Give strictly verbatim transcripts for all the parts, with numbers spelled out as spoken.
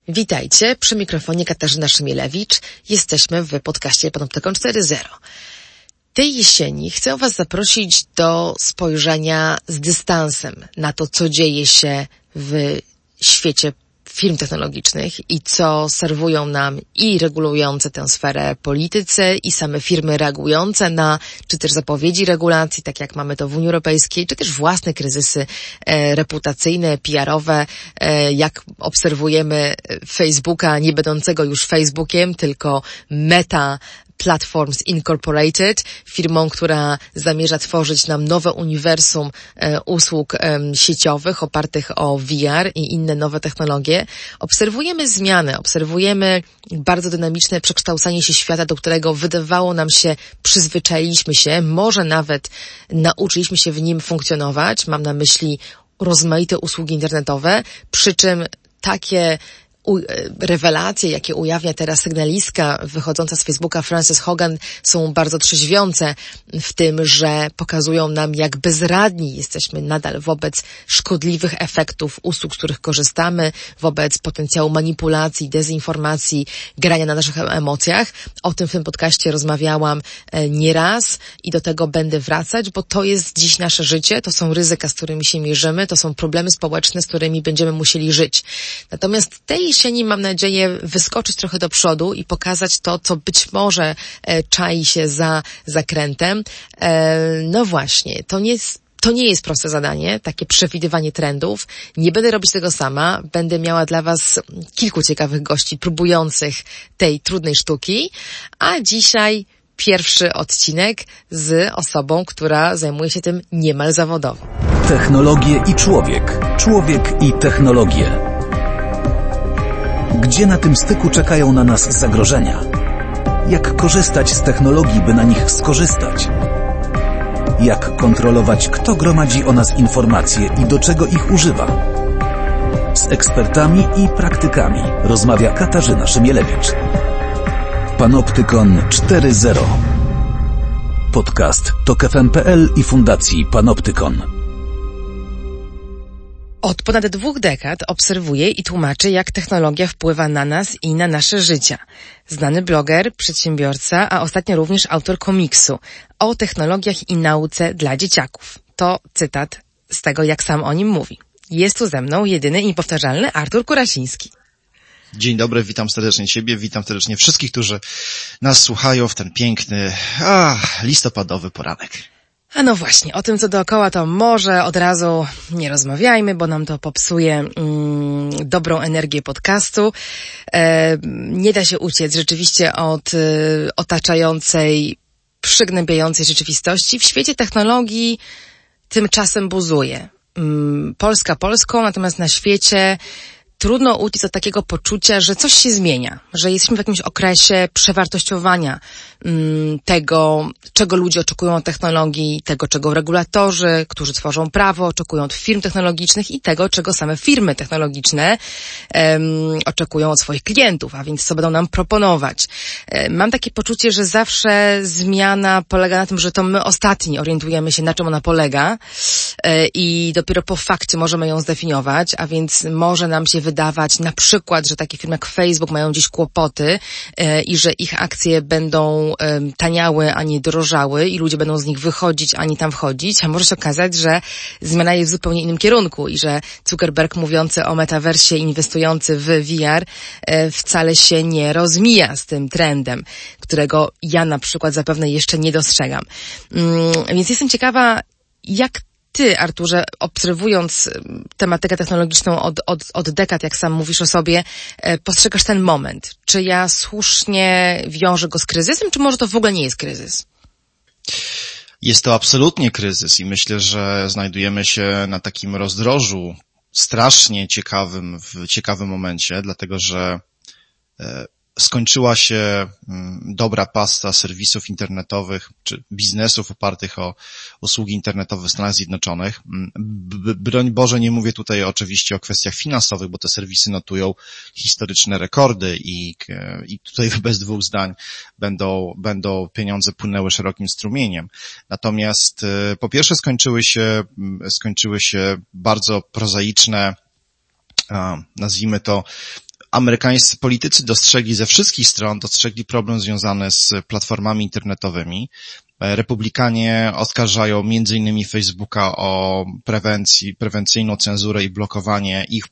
Witajcie, przy mikrofonie Katarzyna Szymielewicz. Jesteśmy w podcaście Panoptykon cztery zero. Tej jesieni chcę Was zaprosić do spojrzenia z dystansem na to, co dzieje się w świecie firm technologicznych i co serwują nam i regulujące tę sferę politycy i same firmy reagujące na, czy też zapowiedzi regulacji, tak jak mamy to w Unii Europejskiej, czy też własne kryzysy e, reputacyjne, P R-owe, e, jak obserwujemy Facebooka, nie będącego już Facebookiem, tylko Meta Platforms Incorporated, firmą, która zamierza tworzyć nam nowe uniwersum e, usług e, sieciowych opartych o V R i inne nowe technologie. Obserwujemy zmiany, obserwujemy bardzo dynamiczne przekształcanie się świata, do którego wydawało nam się, przyzwyczailiśmy się, może nawet nauczyliśmy się w nim funkcjonować. Mam na myśli rozmaite usługi internetowe, przy czym takie U- rewelacje, jakie ujawnia teraz sygnalistka wychodząca z Facebooka Frances Hogan, są bardzo trzeźwiące w tym, że pokazują nam, jak bezradni jesteśmy nadal wobec szkodliwych efektów usług, z których korzystamy, wobec potencjału manipulacji, dezinformacji, grania na naszych emocjach. O tym w tym podcaście rozmawiałam nieraz i do tego będę wracać, bo to jest dziś nasze życie, to są ryzyka, z którymi się mierzymy, to są problemy społeczne, z którymi będziemy musieli żyć. Natomiast tej jesieni mam nadzieję wyskoczyć trochę do przodu i pokazać to, co być może e, czai się za zakrętem. E, no właśnie, to nie jest To nie jest proste zadanie, takie przewidywanie trendów. Nie będę robić tego sama. Będę miała dla Was kilku ciekawych gości próbujących tej trudnej sztuki. A dzisiaj pierwszy odcinek z osobą, która zajmuje się tym niemal zawodowo. Technologie i człowiek. Człowiek i technologie. Gdzie na tym styku czekają na nas zagrożenia? Jak korzystać z technologii, by na nich skorzystać? Jak kontrolować, kto gromadzi o nas informacje i do czego ich używa? Z ekspertami i praktykami rozmawia Katarzyna Szymielewicz. Panoptykon cztery zero. Podcast Tok F M kropka P L i Fundacji Panoptykon. Od ponad dwóch dekad obserwuję i tłumaczę, jak technologia wpływa na nas i na nasze życia. Znany bloger, przedsiębiorca, a ostatnio również autor komiksu o technologiach i nauce dla dzieciaków. To cytat z tego, jak sam o nim mówi. Jest tu ze mną jedyny i niepowtarzalny Artur Kurasiński. Dzień dobry, witam serdecznie Ciebie, witam serdecznie wszystkich, którzy nas słuchają w ten piękny, a, listopadowy poranek. A no właśnie, o tym co dookoła to może od razu nie rozmawiajmy, bo nam to popsuje mm, dobrą energię podcastu. E, nie da się uciec rzeczywiście od e, otaczającej, przygnębiającej rzeczywistości. W świecie technologii tymczasem buzuje. Mm, Polska Polską, natomiast na świecie trudno uciec od takiego poczucia, że coś się zmienia, że jesteśmy w jakimś okresie przewartościowania um, tego, czego ludzie oczekują od technologii, tego, czego regulatorzy, którzy tworzą prawo, oczekują od firm technologicznych i tego, czego same firmy technologiczne um, oczekują od swoich klientów, a więc co będą nam proponować. Um, mam takie poczucie, że zawsze zmiana polega na tym, że to my ostatni orientujemy się, na czym ona polega um, i dopiero po fakcie możemy ją zdefiniować, a więc może nam się wydawać na przykład, że takie firmy jak Facebook mają gdzieś kłopoty e, i że ich akcje będą e, taniały, a nie drożały i ludzie będą z nich wychodzić, a nie tam wchodzić, a może się okazać, że zmiana jest w zupełnie innym kierunku i że Zuckerberg mówiący o metaversie, inwestujący w V R e, wcale się nie rozmija z tym trendem, którego ja na przykład zapewne jeszcze nie dostrzegam. Mm, więc jestem ciekawa, jak Ty, Arturze, obserwując tematykę technologiczną od, od, od dekad, jak sam mówisz o sobie, postrzegasz ten moment. Czy ja słusznie wiążę go z kryzysem, czy może to w ogóle nie jest kryzys? Jest to absolutnie kryzys i myślę, że znajdujemy się na takim rozdrożu strasznie ciekawym, w ciekawym momencie, dlatego że skończyła się dobra pasta serwisów internetowych czy biznesów opartych o usługi internetowe w Stanach Zjednoczonych. Broń Boże, nie mówię tutaj oczywiście o kwestiach finansowych, bo te serwisy notują historyczne rekordy i, i tutaj bez dwóch zdań będą, będą pieniądze płynęły szerokim strumieniem. Natomiast po pierwsze skończyły się, skończyły się bardzo prozaiczne, nazwijmy to, amerykańscy politycy dostrzegli ze wszystkich stron, dostrzegli problem związany z platformami internetowymi. Republikanie oskarżają między innymi Facebooka o prewencji, prewencyjną cenzurę i blokowanie ich,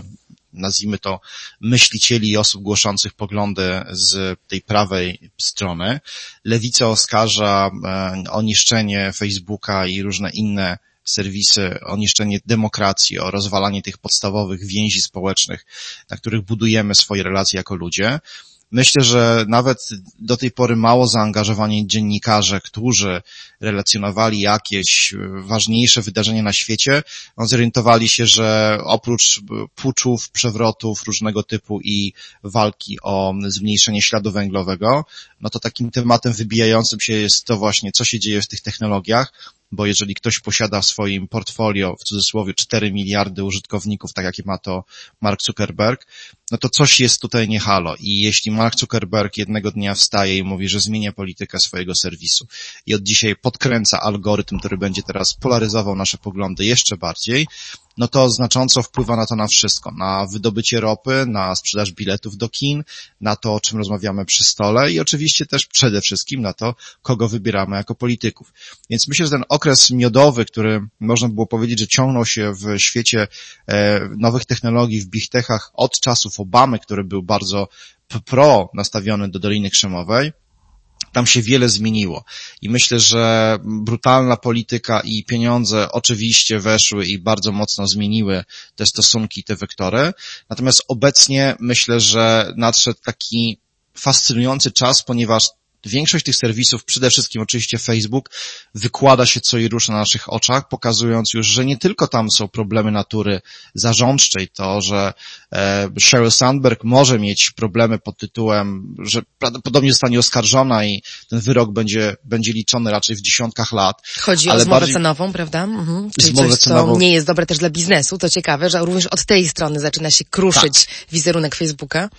nazwijmy to, myślicieli i osób głoszących poglądy z tej prawej strony. Lewica oskarża o niszczenie Facebooka i różne inne serwisy, o niszczenie demokracji, o rozwalanie tych podstawowych więzi społecznych, na których budujemy swoje relacje jako ludzie. Myślę, że nawet do tej pory mało zaangażowani dziennikarze, którzy relacjonowali jakieś ważniejsze wydarzenia na świecie, zorientowali się, że oprócz puczów, przewrotów różnego typu i walki o zmniejszenie śladu węglowego, no to takim tematem wybijającym się jest to właśnie, co się dzieje w tych technologiach, bo jeżeli ktoś posiada w swoim portfolio, w cudzysłowie, cztery miliardy użytkowników, tak jak ma to Mark Zuckerberg, no to coś jest tutaj nie halo. I jeśli Mark Zuckerberg jednego dnia wstaje i mówi, że zmienia politykę swojego serwisu i od dzisiaj podkręca algorytm, który będzie teraz polaryzował nasze poglądy jeszcze bardziej, no to znacząco wpływa na to na wszystko, na wydobycie ropy, na sprzedaż biletów do kin, na to, o czym rozmawiamy przy stole i oczywiście też przede wszystkim na to, kogo wybieramy jako polityków. Więc myślę, że ten okres miodowy, który można było powiedzieć, że ciągnął się w świecie e, nowych technologii, w big techach od czasów Obamy, który był bardzo pro nastawiony do Doliny Krzemowej, tam się wiele zmieniło i myślę, że brutalna polityka i pieniądze oczywiście weszły i bardzo mocno zmieniły te stosunki, te wektory. Natomiast obecnie myślę, że nadszedł taki fascynujący czas, ponieważ większość tych serwisów, przede wszystkim oczywiście Facebook, wykłada się co i rusz na naszych oczach, pokazując już, że nie tylko tam są problemy natury zarządczej, to, że e, Sheryl Sandberg może mieć problemy pod tytułem, że prawdopodobnie zostanie oskarżona i ten wyrok będzie, będzie liczony raczej w dziesiątkach lat. Chodzi ale o zmowę bardziej... cenową, prawda? Mhm. Czyli zmowę coś, cenową... co nie jest dobre też dla biznesu. To ciekawe, że również od tej strony zaczyna się kruszyć tak. wizerunek Facebooka.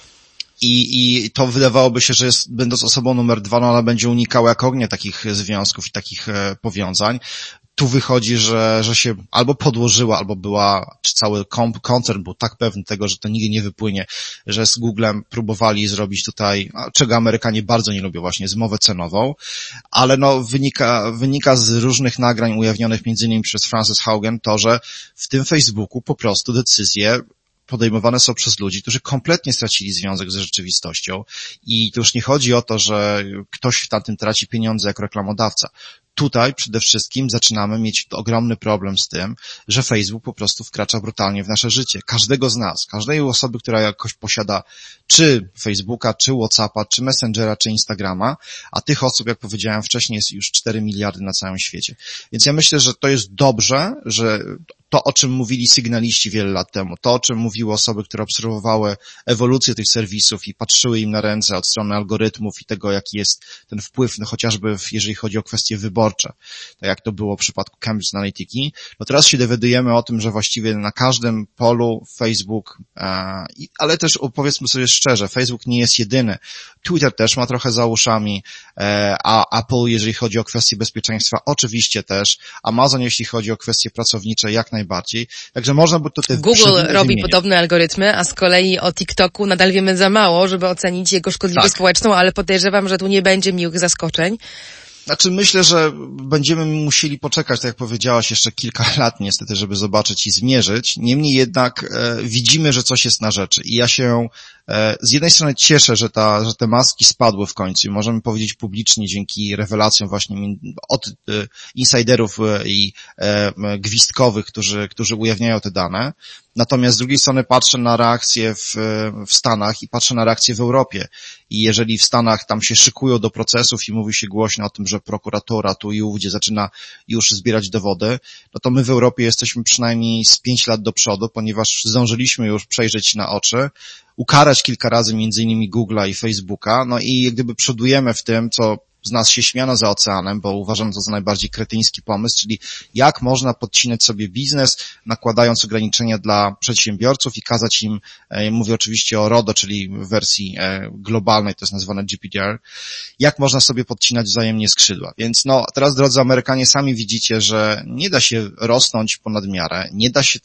I, I to wydawałoby się, że jest, będąc osobą numer dwa, no ona będzie unikała jak ognia takich związków i takich e, powiązań. Tu wychodzi, że, że się albo podłożyła, albo była, czy cały koncern był tak pewny tego, że to nigdy nie wypłynie, że z Googlem próbowali zrobić tutaj, czego Amerykanie bardzo nie lubią, właśnie zmowę cenową, ale no wynika, wynika z różnych nagrań ujawnionych między innymi przez Frances Haugen to, że w tym Facebooku po prostu decyzje podejmowane są przez ludzi, którzy kompletnie stracili związek ze rzeczywistością i to już nie chodzi o to, że ktoś na tym traci pieniądze jako reklamodawca. Tutaj przede wszystkim zaczynamy mieć ogromny problem z tym, że Facebook po prostu wkracza brutalnie w nasze życie. Każdego z nas, każdej osoby, która jakoś posiada czy Facebooka, czy Whatsappa, czy Messengera, czy Instagrama, a tych osób, jak powiedziałem wcześniej, jest już cztery miliardy na całym świecie. Więc ja myślę, że to jest dobrze, że to, o czym mówili sygnaliści wiele lat temu, to, o czym mówiły osoby, które obserwowały ewolucję tych serwisów i patrzyły im na ręce od strony algorytmów i tego, jaki jest ten wpływ, no chociażby w, jeżeli chodzi o kwestie wyborcze, tak jak to było w przypadku Cambridge Analytica, no teraz się dowiadujemy o tym, że właściwie na każdym polu Facebook, e, ale też powiedzmy sobie szczerze, Facebook nie jest jedyny. Twitter też ma trochę za uszami, e, a Apple, jeżeli chodzi o kwestie bezpieczeństwa, oczywiście też, Amazon, jeśli chodzi o kwestie pracownicze, jak najbardziej. Także można by tutaj... Google robi wymienić. Podobne algorytmy, a z kolei o TikToku nadal wiemy za mało, żeby ocenić jego szkodliwość tak. społeczną, ale podejrzewam, że tu nie będzie miłych zaskoczeń. Znaczy myślę, że będziemy musieli poczekać, tak jak powiedziałaś, jeszcze kilka lat niestety, żeby zobaczyć i zmierzyć. Niemniej jednak e, widzimy, że coś jest na rzeczy i ja się e, z jednej strony cieszę, że, ta, że te maski spadły w końcu i możemy powiedzieć publicznie dzięki rewelacjom właśnie od e, insiderów e, i e, gwizdkowych, którzy, którzy ujawniają te dane. Natomiast z drugiej strony patrzę na reakcje w, w Stanach i patrzę na reakcje w Europie. I jeżeli w Stanach tam się szykują do procesów i mówi się głośno o tym, że prokuratura tu i ówdzie zaczyna już zbierać dowody, no to my w Europie jesteśmy przynajmniej z pięć lat do przodu, ponieważ zdążyliśmy już przejrzeć na oczy, ukarać kilka razy między innymi Google'a i Facebooka, no i jak gdyby przodujemy w tym, co z nas się śmiano za oceanem, bo uważam to za najbardziej kretyński pomysł, czyli jak można podcinać sobie biznes, nakładając ograniczenia dla przedsiębiorców i kazać im, e, mówię oczywiście o RODO, czyli w wersji e, globalnej, to jest nazywane G P D R, jak można sobie podcinać wzajemnie skrzydła. Więc no, teraz drodzy Amerykanie, sami widzicie, że nie da się rosnąć ponad miarę, nie da się też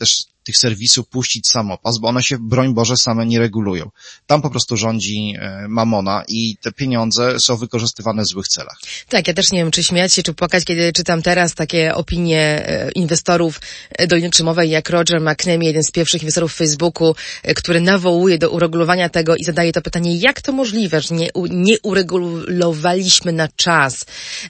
tych serwisów puścić samopas, bo one się, broń Boże, same nie regulują. Tam po prostu rządzi mamona i te pieniądze są wykorzystywane w złych celach. Tak, ja też nie wiem, czy śmiać się, czy płakać, kiedy czytam teraz takie opinie inwestorów Doliny Krzemowej, jak Roger McNamee, jeden z pierwszych inwestorów w Facebooku, który nawołuje do uregulowania tego i zadaje to pytanie, jak to możliwe, że nie, nie uregulowaliśmy na czas.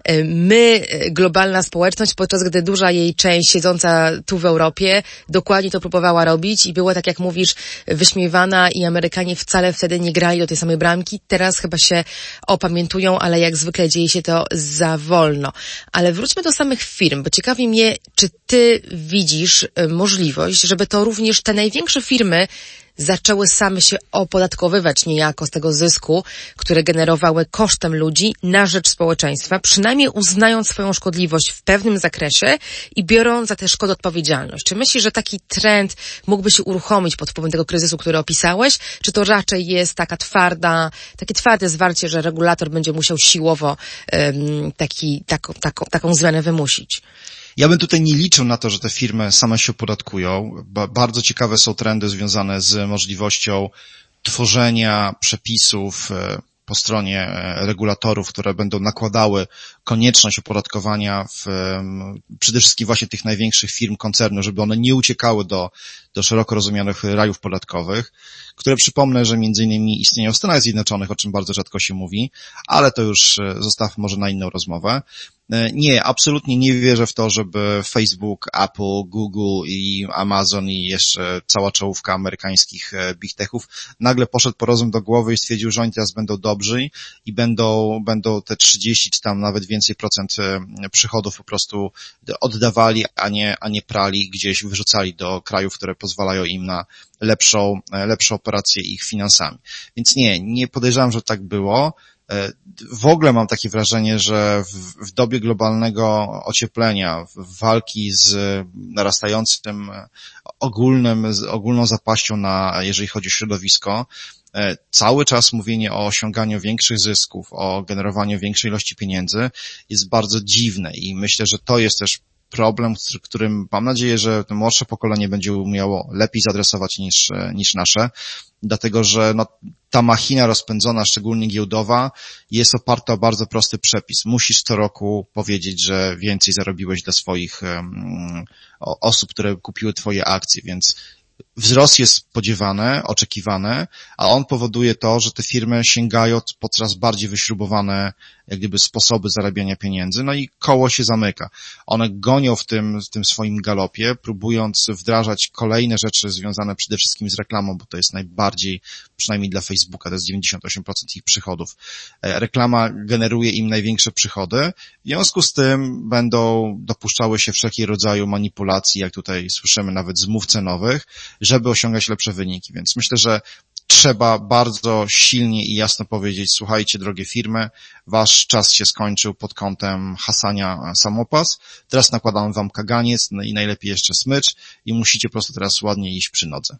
My, globalna społeczność, podczas gdy duża jej część siedząca tu w Europie dokładnie to próbowała robić i była, tak jak mówisz, wyśmiewana i Amerykanie wcale wtedy nie grali do tej samej bramki. Teraz chyba się opamiętują, ale jak zwykle dzieje się to za wolno. Ale wróćmy do samych firm, bo ciekawi mnie, czy ty widzisz możliwość, żeby to również te największe firmy zaczęły same się opodatkowywać niejako z tego zysku, które generowały kosztem ludzi na rzecz społeczeństwa, przynajmniej uznając swoją szkodliwość w pewnym zakresie i biorąc za tę szkodę odpowiedzialność. Czy myślisz, że taki trend mógłby się uruchomić pod wpływem tego kryzysu, który opisałeś, czy to raczej jest taka twarda, takie twarde zwarcie, że regulator będzie musiał siłowo um, taki, taką, taką, taką zmianę wymusić? Ja bym tutaj nie liczył na to, że te firmy same się opodatkują. Bardzo ciekawe są trendy związane z możliwością tworzenia przepisów po stronie regulatorów, które będą nakładały konieczność opodatkowania w, przede wszystkim właśnie tych największych firm, koncernów, żeby one nie uciekały do, do szeroko rozumianych rajów podatkowych, które przypomnę, że między innymi istnieją w Stanach Zjednoczonych, o czym bardzo rzadko się mówi, ale to już zostawmy może na inną rozmowę. Nie, absolutnie nie wierzę w to, żeby Facebook, Apple, Google i Amazon i jeszcze cała czołówka amerykańskich big techów nagle poszedł po rozum do głowy i stwierdził, że oni teraz będą dobrzy i będą, będą te trzydzieści czy tam nawet więcej procent przychodów po prostu oddawali, a nie, a nie prali gdzieś, wyrzucali do krajów, które pozwalają im na lepszą, lepszą operację ich finansami. Więc nie, nie podejrzewam, że tak było. W ogóle mam takie wrażenie, że w, w dobie globalnego ocieplenia, walki z narastającym ogólnym, z ogólną zapaścią na, jeżeli chodzi o środowisko, cały czas mówienie o osiąganiu większych zysków, o generowaniu większej ilości pieniędzy jest bardzo dziwne i myślę, że to jest też problem, którym mam nadzieję, że to młodsze pokolenie będzie umiało lepiej zadresować niż, niż nasze, dlatego że no, ta machina rozpędzona, szczególnie giełdowa, jest oparta o bardzo prosty przepis. Musisz co roku powiedzieć, że więcej zarobiłeś dla swoich um, osób, które kupiły twoje akcje, więc wzrost jest spodziewany, oczekiwany, a on powoduje to, że te firmy sięgają po coraz bardziej wyśrubowane jak gdyby sposoby zarabiania pieniędzy, no i koło się zamyka. One gonią w tym, w tym swoim galopie, próbując wdrażać kolejne rzeczy związane przede wszystkim z reklamą, bo to jest najbardziej, przynajmniej dla Facebooka, to jest dziewięćdziesiąt osiem procent ich przychodów. Reklama generuje im największe przychody, w związku z tym będą dopuszczały się wszelkiego rodzaju manipulacji, jak tutaj słyszymy, nawet zmów cenowych, żeby osiągać lepsze wyniki. Więc myślę, że trzeba bardzo silnie i jasno powiedzieć, słuchajcie, drogie firmy, wasz czas się skończył pod kątem hasania samopas, teraz nakładamy wam kaganiec i najlepiej jeszcze smycz i musicie po prostu teraz ładnie iść przy nodze.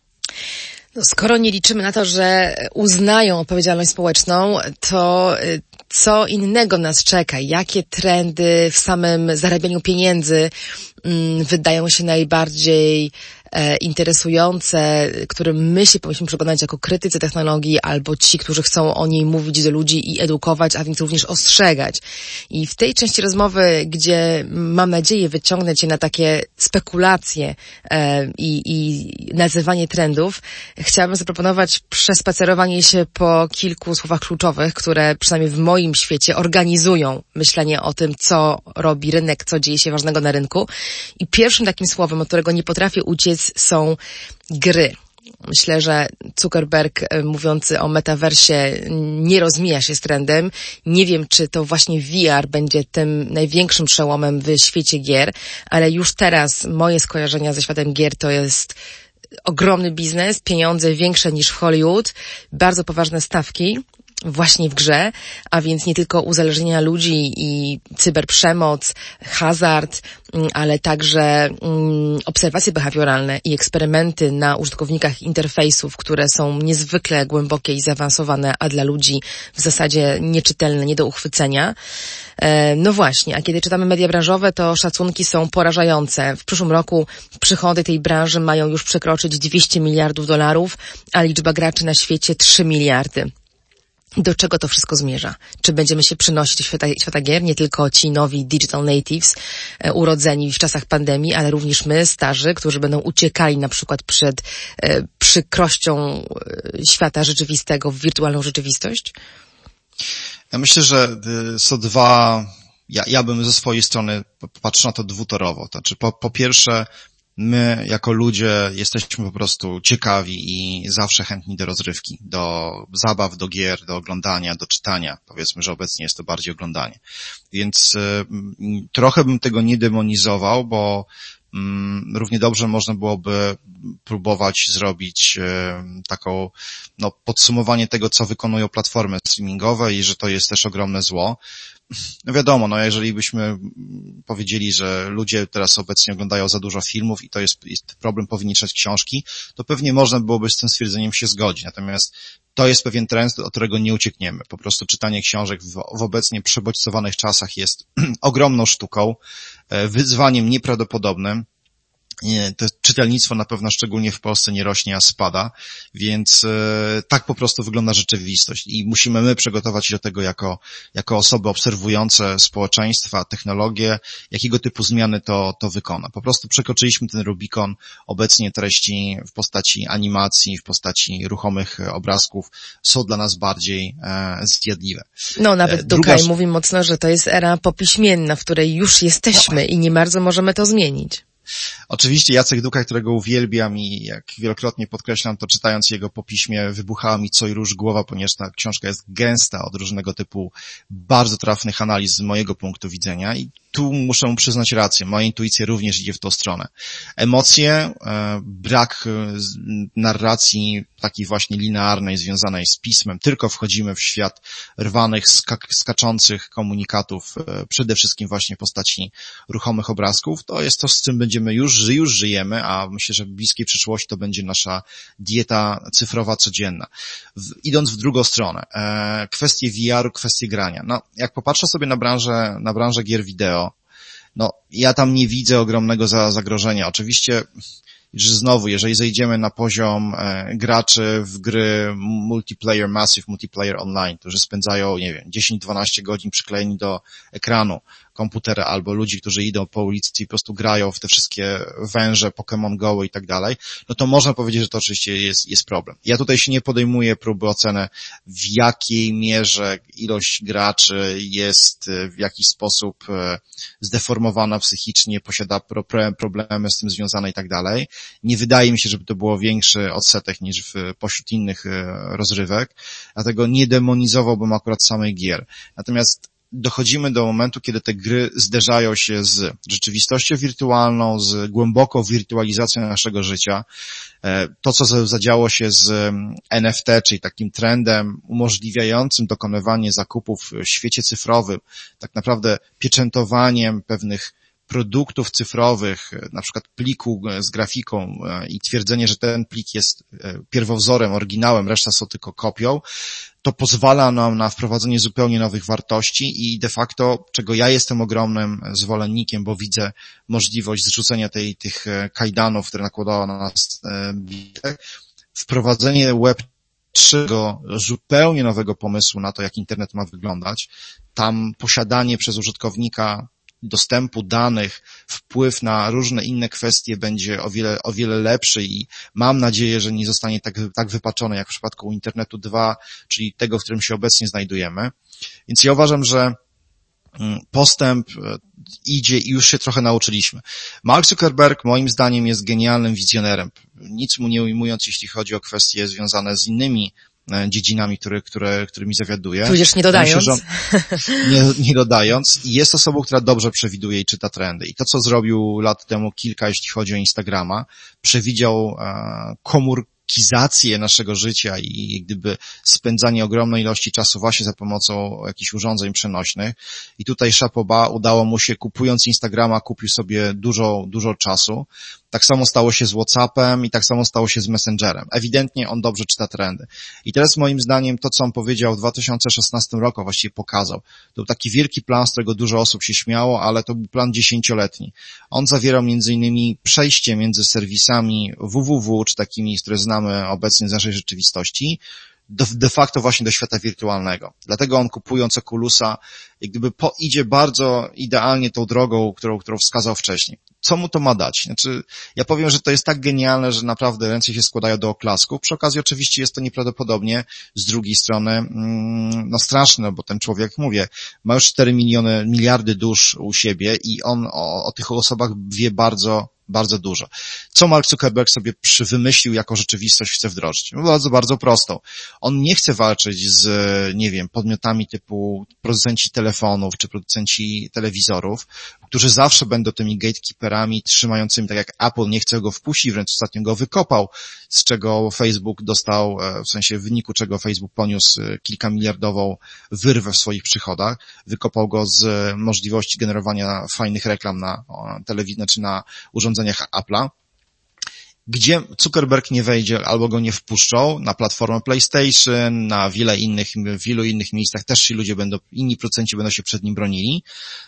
No, skoro nie liczymy na to, że uznają odpowiedzialność społeczną, to co innego nas czeka? Jakie trendy w samym zarabianiu pieniędzy mm, wydają się najbardziej e, interesujące, którym my się powinniśmy przekonać jako krytycy technologii albo ci, którzy chcą o niej mówić do ludzi i edukować, a więc również ostrzegać. I w tej części rozmowy, gdzie mam nadzieję wyciągnę cię na takie spekulacje e, i, i nazywanie trendów, chciałabym zaproponować przespacerowanie się po kilku słowach kluczowych, które przynajmniej w moim świecie organizują myślenie o tym, co robi rynek, co dzieje się ważnego na rynku. I pierwszym takim słowem, od którego nie potrafię uciec, są gry. Myślę, że Zuckerberg, mówiący o metaversie, nie rozmija się z trendem. Nie wiem, czy to właśnie V R będzie tym największym przełomem w świecie gier, ale już teraz moje skojarzenia ze światem gier to jest ogromny biznes, pieniądze większe niż w Hollywood, bardzo poważne stawki. właśnie w grze, a więc nie tylko uzależnienia ludzi i cyberprzemoc, hazard, ale także um, obserwacje behawioralne i eksperymenty na użytkownikach interfejsów, które są niezwykle głębokie i zaawansowane, a dla ludzi w zasadzie nieczytelne, nie do uchwycenia. E, no właśnie, a kiedy czytamy media branżowe, to szacunki są porażające. W przyszłym roku przychody tej branży mają już przekroczyć dwieście miliardów dolarów, a liczba graczy na świecie trzy miliardy. Do czego to wszystko zmierza? Czy będziemy się przynosić do świata, świata gier? Nie tylko ci nowi digital natives e, urodzeni w czasach pandemii, ale również my, starzy, którzy będą uciekali na przykład przed e, przykrością e, świata rzeczywistego w wirtualną rzeczywistość? Ja myślę, że są dwa, ja, ja bym ze swojej strony patrzył na to dwutorowo. To znaczy, po, po pierwsze, my jako ludzie jesteśmy po prostu ciekawi i zawsze chętni do rozrywki, do zabaw, do gier, do oglądania, do czytania. Powiedzmy, że obecnie jest to bardziej oglądanie. Więc y, trochę bym tego nie demonizował, bo y, równie dobrze można byłoby próbować zrobić y, taką no, podsumowanie tego, co wykonują platformy streamingowe i że to jest też ogromne zło. No wiadomo, no jeżeli byśmy powiedzieli, że ludzie teraz obecnie oglądają za dużo filmów i to jest, jest problem, powinni czytać książki, to pewnie można byłoby z tym stwierdzeniem się zgodzić. Natomiast to jest pewien trend, od którego nie uciekniemy. Po prostu czytanie książek w, w obecnie przebodźcowanych czasach jest ogromną sztuką, wyzwaniem nieprawdopodobnym. To czytelnictwo na pewno szczególnie w Polsce nie rośnie, a spada, więc e, tak po prostu wygląda rzeczywistość i musimy my przygotować się do tego jako, jako osoby obserwujące społeczeństwa, technologie, jakiego typu zmiany to, to wykona. Po prostu przekroczyliśmy ten Rubikon, obecnie treści w postaci animacji, w postaci ruchomych obrazków są dla nas bardziej e, zjadliwe. No nawet e, Druga... Dukaj mówi mocno, że to jest era popiśmienna, w której już jesteśmy no. i nie bardzo możemy to zmienić. Oczywiście Jacek Dukaj, którego uwielbiam i jak wielokrotnie podkreślam, to czytając jego po piśmie wybuchała mi co i róż głowa, ponieważ ta książka jest gęsta od różnego typu bardzo trafnych analiz z mojego punktu widzenia i tu muszę mu przyznać rację, moja intuicja również idzie w tą stronę. Emocje, brak narracji takiej właśnie linearnej związanej z pismem, tylko wchodzimy w świat rwanych, skak- skaczących komunikatów, przede wszystkim właśnie w postaci ruchomych obrazków, to jest to, z czym będziemy już, już żyjemy, a myślę, że w bliskiej przyszłości to będzie nasza dieta cyfrowa codzienna. W, idąc w drugą stronę, e, kwestie V R-u, kwestie grania. No, jak popatrzę sobie na branżę, na branżę gier wideo, no, ja tam nie widzę ogromnego za, zagrożenia. Oczywiście, że znowu, jeżeli zejdziemy na poziom e, graczy w gry multiplayer, massive multiplayer online, którzy spędzają, nie wiem, dziesięć dwanaście godzin przyklejeni do ekranu komputera, albo ludzi, którzy idą po ulicy i po prostu grają w te wszystkie węże, Pokémon Go i tak dalej, no to można powiedzieć, że to oczywiście jest, jest problem. Ja tutaj się nie podejmuję próby oceny, w jakiej mierze ilość graczy jest w jakiś sposób zdeformowana psychicznie, posiada problemy z tym związane i tak dalej. Nie wydaje mi się, żeby to było większy odsetek niż w, pośród innych rozrywek, dlatego nie demonizowałbym akurat samej gier. Natomiast dochodzimy do momentu, kiedy te gry zderzają się z rzeczywistością wirtualną, z głęboką wirtualizacją naszego życia. To, co zadziało się z N F T, czyli takim trendem umożliwiającym dokonywanie zakupów w świecie cyfrowym, tak naprawdę pieczętowaniem pewnych produktów cyfrowych, na przykład pliku z grafiką i twierdzenie, że ten plik jest pierwowzorem, oryginałem, reszta są tylko kopią, to pozwala nam na wprowadzenie zupełnie nowych wartości i de facto, czego ja jestem ogromnym zwolennikiem, bo widzę możliwość zrzucenia tej, tych kajdanów, które nakładała na nas Bitek, wprowadzenie web trzy zupełnie nowego pomysłu na to, jak internet ma wyglądać. Tam posiadanie przez użytkownika dostępu danych, wpływ na różne inne kwestie będzie o wiele, o wiele lepszy i mam nadzieję, że nie zostanie tak, tak wypaczony jak w przypadku internetu dwa, czyli tego, w którym się obecnie znajdujemy. Więc ja uważam, że postęp idzie i już się trochę nauczyliśmy. Mark Zuckerberg moim zdaniem jest genialnym wizjonerem. Nic mu nie ujmując, jeśli chodzi o kwestie związane z innymi dziedzinami, które, które, którymi zawiaduje. Tudzież nie dodając. Myślę, nie, nie dodając. I jest osobą, która dobrze przewiduje i czyta trendy. I to, co zrobił lat temu kilka, jeśli chodzi o Instagrama, przewidział komór, kizację naszego życia i gdyby spędzanie ogromnej ilości czasu właśnie za pomocą jakichś urządzeń przenośnych. I tutaj chapeau bas, udało mu się, kupując Instagrama, kupił sobie dużo, dużo czasu. Tak samo stało się z WhatsAppem i tak samo stało się z Messengerem. Ewidentnie on dobrze czyta trendy. I teraz moim zdaniem to, co on powiedział w dwa tysiące szesnastym roku, właściwie pokazał. To był taki wielki plan, z którego dużo osób się śmiało, ale to był plan dziesięcioletni. On zawierał między innymi przejście między serwisami www, czy takimi, które znamy obecnie z naszej rzeczywistości, do, de facto właśnie do świata wirtualnego. Dlatego on, kupując Oculusa, jak gdyby po, idzie bardzo idealnie tą drogą, którą, którą wskazał wcześniej. Co mu to ma dać? Znaczy, ja powiem, że to jest tak genialne, że naprawdę ręce się składają do oklasku. Przy okazji oczywiście jest to nieprawdopodobnie, z drugiej strony, mm, no straszne, bo ten człowiek, mówię, ma już cztery miliony, miliardy dusz u siebie i on o, o tych osobach wie bardzo, bardzo dużo. Co Mark Zuckerberg sobie przy wymyślił jako rzeczywistość chce wdrożyć? No bardzo, bardzo prostą. On nie chce walczyć z, nie wiem, podmiotami typu producenci telefonów czy producenci telewizorów, którzy zawsze będą tymi gatekeeperami trzymającymi, tak jak Apple nie chce go wpuścić, wręcz ostatnio go wykopał, z czego Facebook dostał, w sensie w wyniku czego Facebook poniósł kilkamiliardową wyrwę w swoich przychodach, wykopał go z możliwości generowania fajnych reklam na telewizji, czy na urządzeniach Apple'a. Gdzie Zuckerberg nie wejdzie albo go nie wpuszczą, na platformę PlayStation, na wiele innych, w wielu innych miejscach też ci ludzie będą, inni producenci będą się przed nim bronili,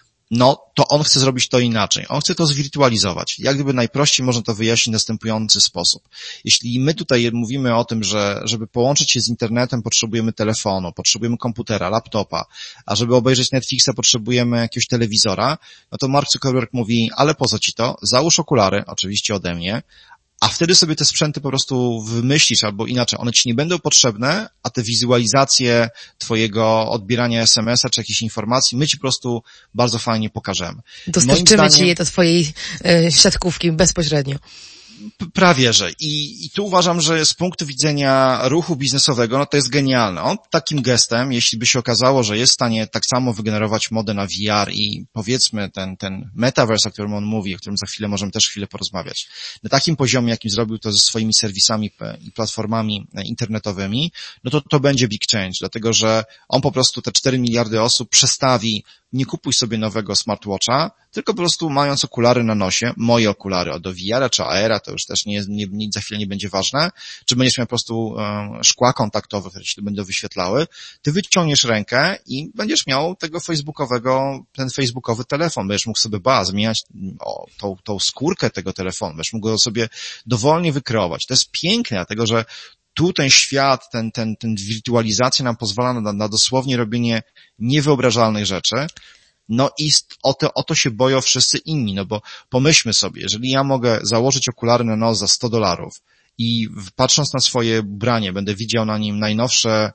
no to on chce zrobić to inaczej. On chce to zwirtualizować. Jak gdyby najprościej można to wyjaśnić w następujący sposób. Jeśli my tutaj mówimy o tym, że żeby połączyć się z internetem potrzebujemy telefonu, potrzebujemy komputera, laptopa, a żeby obejrzeć Netflixa potrzebujemy jakiegoś telewizora, no to Mark Zuckerberg mówi, ale po co ci to? Załóż okulary, oczywiście ode mnie, a wtedy sobie te sprzęty po prostu wymyślisz, albo inaczej, one ci nie będą potrzebne, a te wizualizacje twojego odbierania es em es a czy jakichś informacji, my ci po prostu bardzo fajnie pokażemy. Dostarczymy zdaniem, ci je do twojej y, siatkówki bezpośrednio. Prawie, że. I, I tu uważam, że z punktu widzenia ruchu biznesowego, no to jest genialne. On takim gestem, jeśli by się okazało, że jest w stanie tak samo wygenerować modę na V R i powiedzmy ten, ten metaverse, o którym on mówi, o którym za chwilę możemy też chwilę porozmawiać, na takim poziomie, jakim zrobił to ze swoimi serwisami i platformami internetowymi, no to to będzie big change, dlatego że on po prostu te cztery miliardy osób przestawi. Nie kupuj sobie nowego smartwatcha, tylko po prostu mając okulary na nosie, moje okulary od V R-a czy A R-a, to już też nie, nie, nie, za chwilę nie będzie ważne, czy będziesz miał po prostu um, szkła kontaktowe, które ci będą wyświetlały, ty wyciągniesz rękę i będziesz miał tego facebookowego, ten facebookowy telefon, będziesz mógł sobie ba, zmieniać o, tą, tą skórkę tego telefonu, będziesz mógł go sobie dowolnie wykreować. To jest piękne, dlatego że tu ten świat, ten, ten, ten wirtualizacja nam pozwala na, na dosłownie robienie niewyobrażalnych rzeczy. No i o to, o to się boją wszyscy inni, no bo pomyślmy sobie, jeżeli ja mogę założyć okulary na nos za sto dolarów i patrząc na swoje ubranie będę widział na nim najnowsze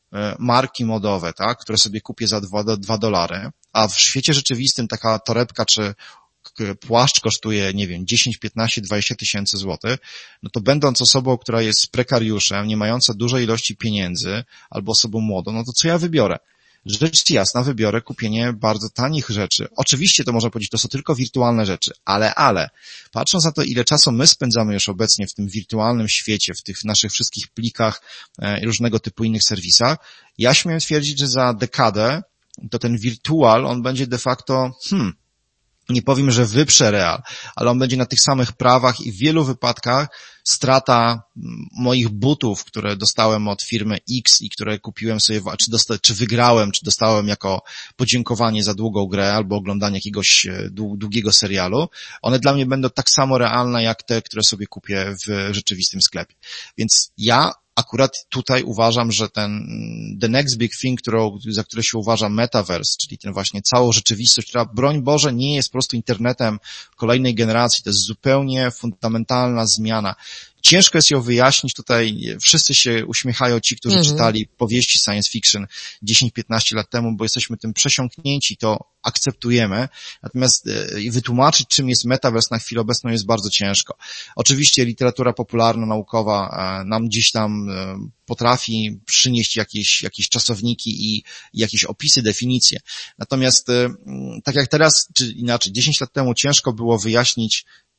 marki modowe, tak, które sobie kupię za dwa dolary, a w świecie rzeczywistym taka torebka czy płaszcz kosztuje, nie wiem, dziesięć, piętnaście, dwadzieścia tysięcy złotych, no to będąc osobą, która jest prekariuszem, nie mająca dużej ilości pieniędzy, albo osobą młodą, no to co ja wybiorę? Rzecz jasna, wybiorę kupienie bardzo tanich rzeczy. Oczywiście to można powiedzieć, to są tylko wirtualne rzeczy, ale, ale, patrząc na to, ile czasu my spędzamy już obecnie w tym wirtualnym świecie, w tych naszych wszystkich plikach i różnego typu innych serwisach, ja śmiem twierdzić, że za dekadę to ten wirtual, on będzie de facto, hmm, nie powiem, że wyprze real, ale on będzie na tych samych prawach i w wielu wypadkach strata moich butów, które dostałem od firmy X i które kupiłem sobie, czy, dosta- czy wygrałem, czy dostałem jako podziękowanie za długą grę albo oglądanie jakiegoś długiego serialu, one dla mnie będą tak samo realne jak te, które sobie kupię w rzeczywistym sklepie. Więc ja akurat tutaj uważam, że ten the next big thing, którą, za które się uważa metaverse, czyli ten właśnie całą rzeczywistość, która broń Boże nie jest po prostu internetem kolejnej generacji, to jest zupełnie fundamentalna zmiana. Ciężko jest ją wyjaśnić, tutaj wszyscy się uśmiechają ci, którzy mhm. czytali powieści science fiction dziesięć piętnaście lat temu, bo jesteśmy tym przesiąknięci, to akceptujemy, natomiast wytłumaczyć, czym jest metaverse na chwilę obecną jest bardzo ciężko. Oczywiście literatura popularna, naukowa nam gdzieś tam potrafi przynieść jakieś, jakieś czasowniki i jakieś opisy, definicje. Natomiast tak jak teraz, czy inaczej, dziesięć lat temu ciężko było wyjaśnić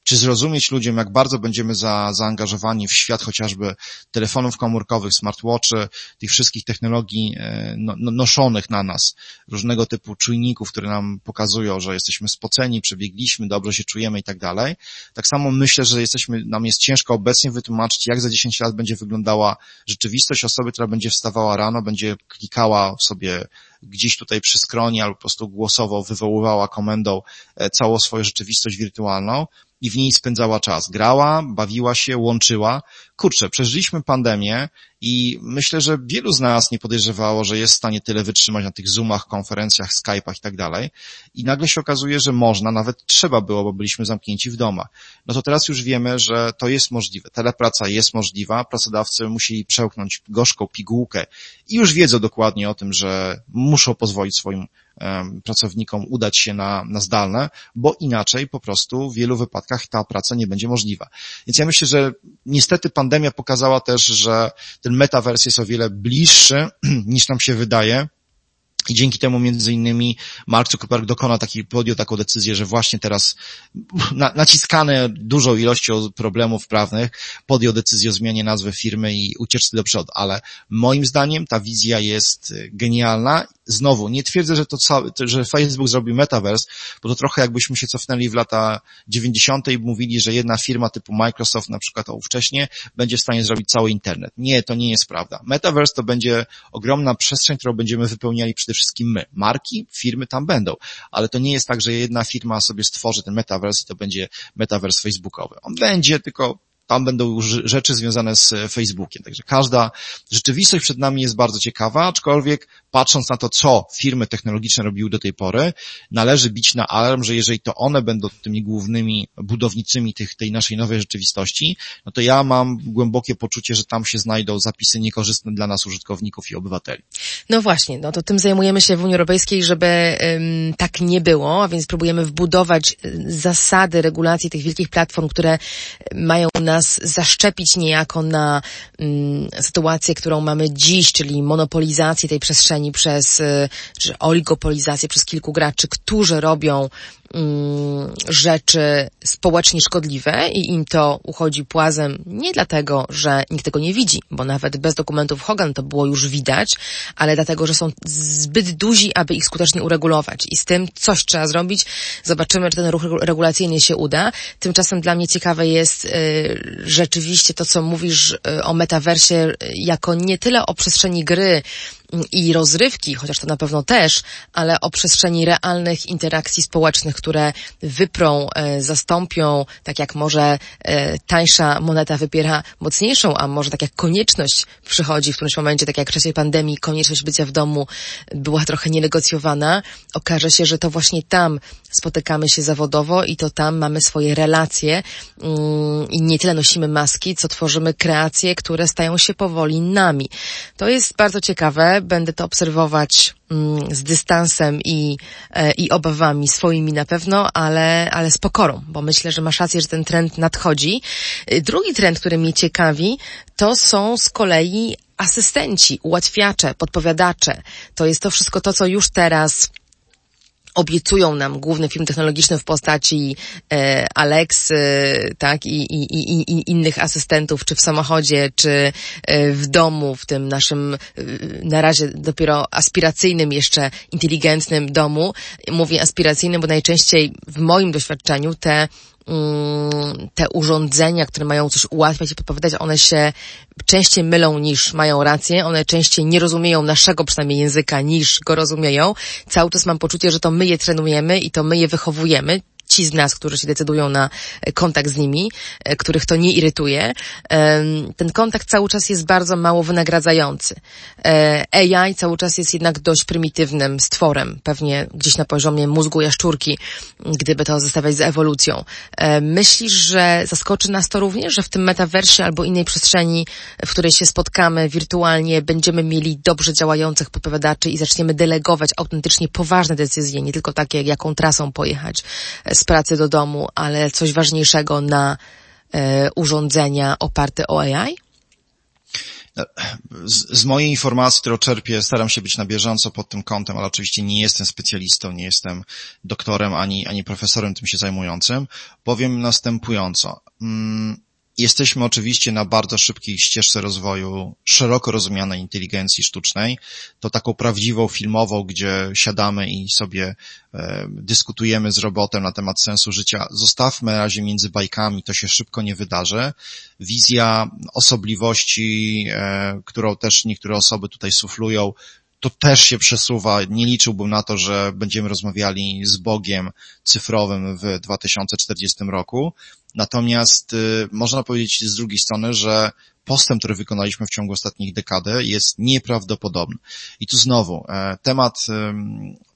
czy zrozumieć ludziom, jak bardzo będziemy za, zaangażowani w świat chociażby telefonów komórkowych, smartwatchy, tych wszystkich technologii no, no, noszonych na nas, różnego typu czujników, które nam pokazują, że jesteśmy spoceni, przebiegliśmy, dobrze się czujemy i tak dalej. Tak samo myślę, że jesteśmy, nam jest ciężko obecnie wytłumaczyć, jak za dziesięć lat będzie wyglądała rzeczywistość osoby, która będzie wstawała rano, będzie klikała sobie gdzieś tutaj przy skronie albo po prostu głosowo wywoływała komendą całą swoją rzeczywistość wirtualną i w niej spędzała czas. Grała, bawiła się, łączyła. Kurczę, przeżyliśmy pandemię i myślę, że wielu z nas nie podejrzewało, że jest w stanie tyle wytrzymać na tych Zoomach, konferencjach, Skype'ach i tak dalej. I nagle się okazuje, że można, nawet trzeba było, bo byliśmy zamknięci w domach. No to teraz już wiemy, że to jest możliwe. Telepraca jest możliwa, pracodawcy musieli przełknąć gorzką pigułkę i już wiedzą dokładnie o tym, że muszą pozwolić swoim um, pracownikom udać się na, na zdalne, bo inaczej po prostu w wielu wypadkach ta praca nie będzie możliwa. Więc ja myślę, że niestety pandemia pokazała też, że ten metaverse jest o wiele bliższy niż nam się wydaje. I dzięki temu między innymi Mark Zuckerberg dokona taki, podjął taką decyzję, że właśnie teraz na, naciskane dużą ilością problemów prawnych podjął decyzję o zmianie nazwy firmy i ucieczce do przodu. Ale moim zdaniem ta wizja jest genialna. Znowu, nie twierdzę, że to cały, że Facebook zrobił metaverse, bo to trochę jakbyśmy się cofnęli w lata dziewięćdziesiąte i mówili, że jedna firma typu Microsoft na przykład ówcześnie będzie w stanie zrobić cały internet. Nie, to nie jest prawda. Metaverse to będzie ogromna przestrzeń, którą będziemy wypełniali przede wszystkim my. Marki, firmy tam będą, ale to nie jest tak, że jedna firma sobie stworzy ten metaverse i to będzie metaverse facebookowy. On będzie, tylko tam będą już rzeczy związane z Facebookiem. Także każda rzeczywistość przed nami jest bardzo ciekawa, aczkolwiek patrząc na to, co firmy technologiczne robiły do tej pory, należy bić na alarm, że jeżeli to one będą tymi głównymi budowniczymi tych, tej naszej nowej rzeczywistości, no to ja mam głębokie poczucie, że tam się znajdą zapisy niekorzystne dla nas, użytkowników i obywateli. No właśnie, no to tym zajmujemy się w Unii Europejskiej, żeby um, tak nie było, a więc próbujemy wbudować zasady regulacji tych wielkich platform, które mają nas zaszczepić niejako na um, sytuację, którą mamy dziś, czyli monopolizację tej przestrzeni przez, czy oligopolizację przez kilku graczy, którzy robią um, rzeczy społecznie szkodliwe i im to uchodzi płazem nie dlatego, że nikt tego nie widzi, bo nawet bez dokumentów Hogan to było już widać, ale dlatego, że są zbyt duzi, aby ich skutecznie uregulować. I z tym coś trzeba zrobić. Zobaczymy, czy ten ruch regulacyjny się uda. Tymczasem dla mnie ciekawe jest y, rzeczywiście to, co mówisz y, o metaversie jako nie tyle o przestrzeni gry i rozrywki, chociaż to na pewno też, ale o przestrzeni realnych interakcji społecznych, które wyprą, e, zastąpią, tak jak może e, tańsza moneta wypiera mocniejszą, a może tak jak konieczność przychodzi w którymś momencie, tak jak w czasie pandemii, konieczność bycia w domu była trochę nienegocjowana, okaże się, że to właśnie tam spotykamy się zawodowo i to tam mamy swoje relacje mm, i nie tyle nosimy maski, co tworzymy kreacje, które stają się powoli nami. To jest bardzo ciekawe. Będę to obserwować mm, z dystansem i, e, i obawami swoimi na pewno, ale, ale z pokorą, bo myślę, że masz rację, że ten trend nadchodzi. Drugi trend, który mnie ciekawi, to są z kolei asystenci, ułatwiacze, podpowiadacze. To jest to wszystko to, co już teraz obiecują nam główne firmy technologiczne w postaci e, Alexy, tak, i, i, i, i innych asystentów, czy w samochodzie, czy e, w domu, w tym naszym e, na razie dopiero aspiracyjnym, jeszcze inteligentnym domu. Mówię aspiracyjnym, bo najczęściej w moim doświadczeniu te te urządzenia, które mają coś ułatwiać i podpowiadać, one się częściej mylą niż mają rację, one częściej nie rozumieją naszego przynajmniej języka niż go rozumieją. Cały czas mam poczucie, że to my je trenujemy i to my je wychowujemy. Ci z nas, którzy się decydują na kontakt z nimi, których to nie irytuje, ten kontakt cały czas jest bardzo mało wynagradzający. A I cały czas jest jednak dość prymitywnym stworem, pewnie gdzieś na poziomie mózgu jaszczurki, gdyby to zestawiać z ewolucją. Myślisz, że zaskoczy nas to również, że w tym metaversie albo innej przestrzeni, w której się spotkamy wirtualnie, będziemy mieli dobrze działających podpowiadaczy i zaczniemy delegować autentycznie poważne decyzje, nie tylko takie, jaką trasą pojechać z pracy do domu, ale coś ważniejszego na e, urządzenia oparte o A I? Z, z mojej informacji, którą czerpię, staram się być na bieżąco pod tym kątem, ale oczywiście nie jestem specjalistą, nie jestem doktorem ani, ani profesorem tym się zajmującym. Powiem następująco. Jesteśmy oczywiście na bardzo szybkiej ścieżce rozwoju szeroko rozumianej inteligencji sztucznej. To taką prawdziwą filmową, gdzie siadamy i sobie e, dyskutujemy z robotem na temat sensu życia. Zostawmy na razie między bajkami, to się szybko nie wydarzy. Wizja osobliwości, e, którą też niektóre osoby tutaj suflują, to też się przesuwa. Nie liczyłbym na to, że będziemy rozmawiali z Bogiem cyfrowym w dwa tysiące czterdziestym roku. Natomiast y, można powiedzieć z drugiej strony, że postęp, który wykonaliśmy w ciągu ostatnich dekady, jest nieprawdopodobny. I tu znowu e, temat y,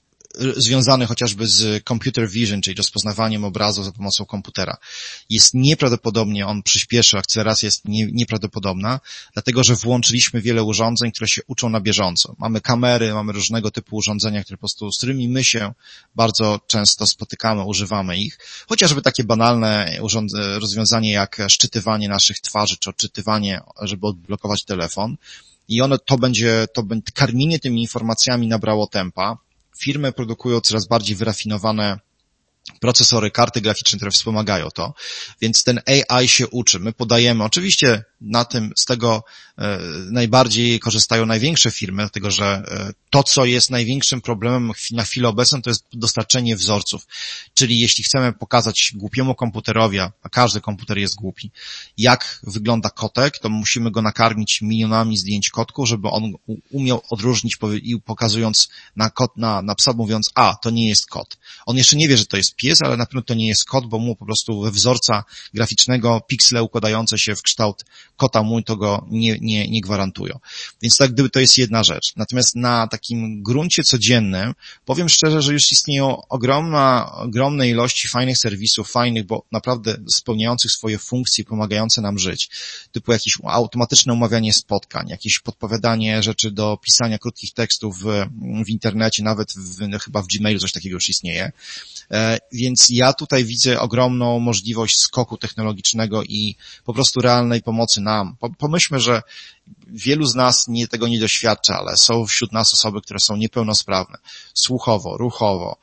związany chociażby z computer vision, czyli rozpoznawaniem obrazu za pomocą komputera. Jest nieprawdopodobnie, on przyspieszy, akceleracja jest nie, nieprawdopodobna, dlatego że włączyliśmy wiele urządzeń, które się uczą na bieżąco. Mamy kamery, mamy różnego typu urządzenia, które po prostu, z którymi my się bardzo często spotykamy, używamy ich. Chociażby takie banalne urząd- rozwiązanie jak szczytywanie naszych twarzy, czy odczytywanie, żeby odblokować telefon. I ono, to będzie, to będzie, karmienie tymi informacjami nabrało tempa. Firmy produkują coraz bardziej wyrafinowane procesory, karty graficzne, które wspomagają to, więc ten A I się uczy. My podajemy, oczywiście na tym, z tego e, najbardziej korzystają największe firmy, dlatego że e, to, co jest największym problemem na chwilę obecną, to jest dostarczenie wzorców. Czyli jeśli chcemy pokazać głupiemu komputerowi, a każdy komputer jest głupi, jak wygląda kotek, to musimy go nakarmić milionami zdjęć kotków, żeby on umiał odróżnić i pokazując na, kot, na, na psa, mówiąc, a, to nie jest kot. On jeszcze nie wie, że to jest pies, ale na pewno to nie jest kot, bo mu po prostu we wzorca graficznego piksele układające się w kształt kota mu to go nie, nie, nie gwarantują. Więc tak gdyby to jest jedna rzecz. Natomiast na takim gruncie codziennym powiem szczerze, że już istnieją ogromna, ogromne ilości fajnych serwisów, fajnych, bo naprawdę spełniających swoje funkcje, pomagające nam żyć. Typu jakieś automatyczne umawianie spotkań, jakieś podpowiadanie rzeczy do pisania krótkich tekstów w, w internecie, nawet w, no, chyba w Gmailu coś takiego już istnieje. E, więc ja tutaj widzę ogromną możliwość skoku technologicznego i po prostu realnej pomocy nam. Pomyślmy, że wielu z nas nie, tego nie doświadcza, ale są wśród nas osoby, które są niepełnosprawne, słuchowo, ruchowo,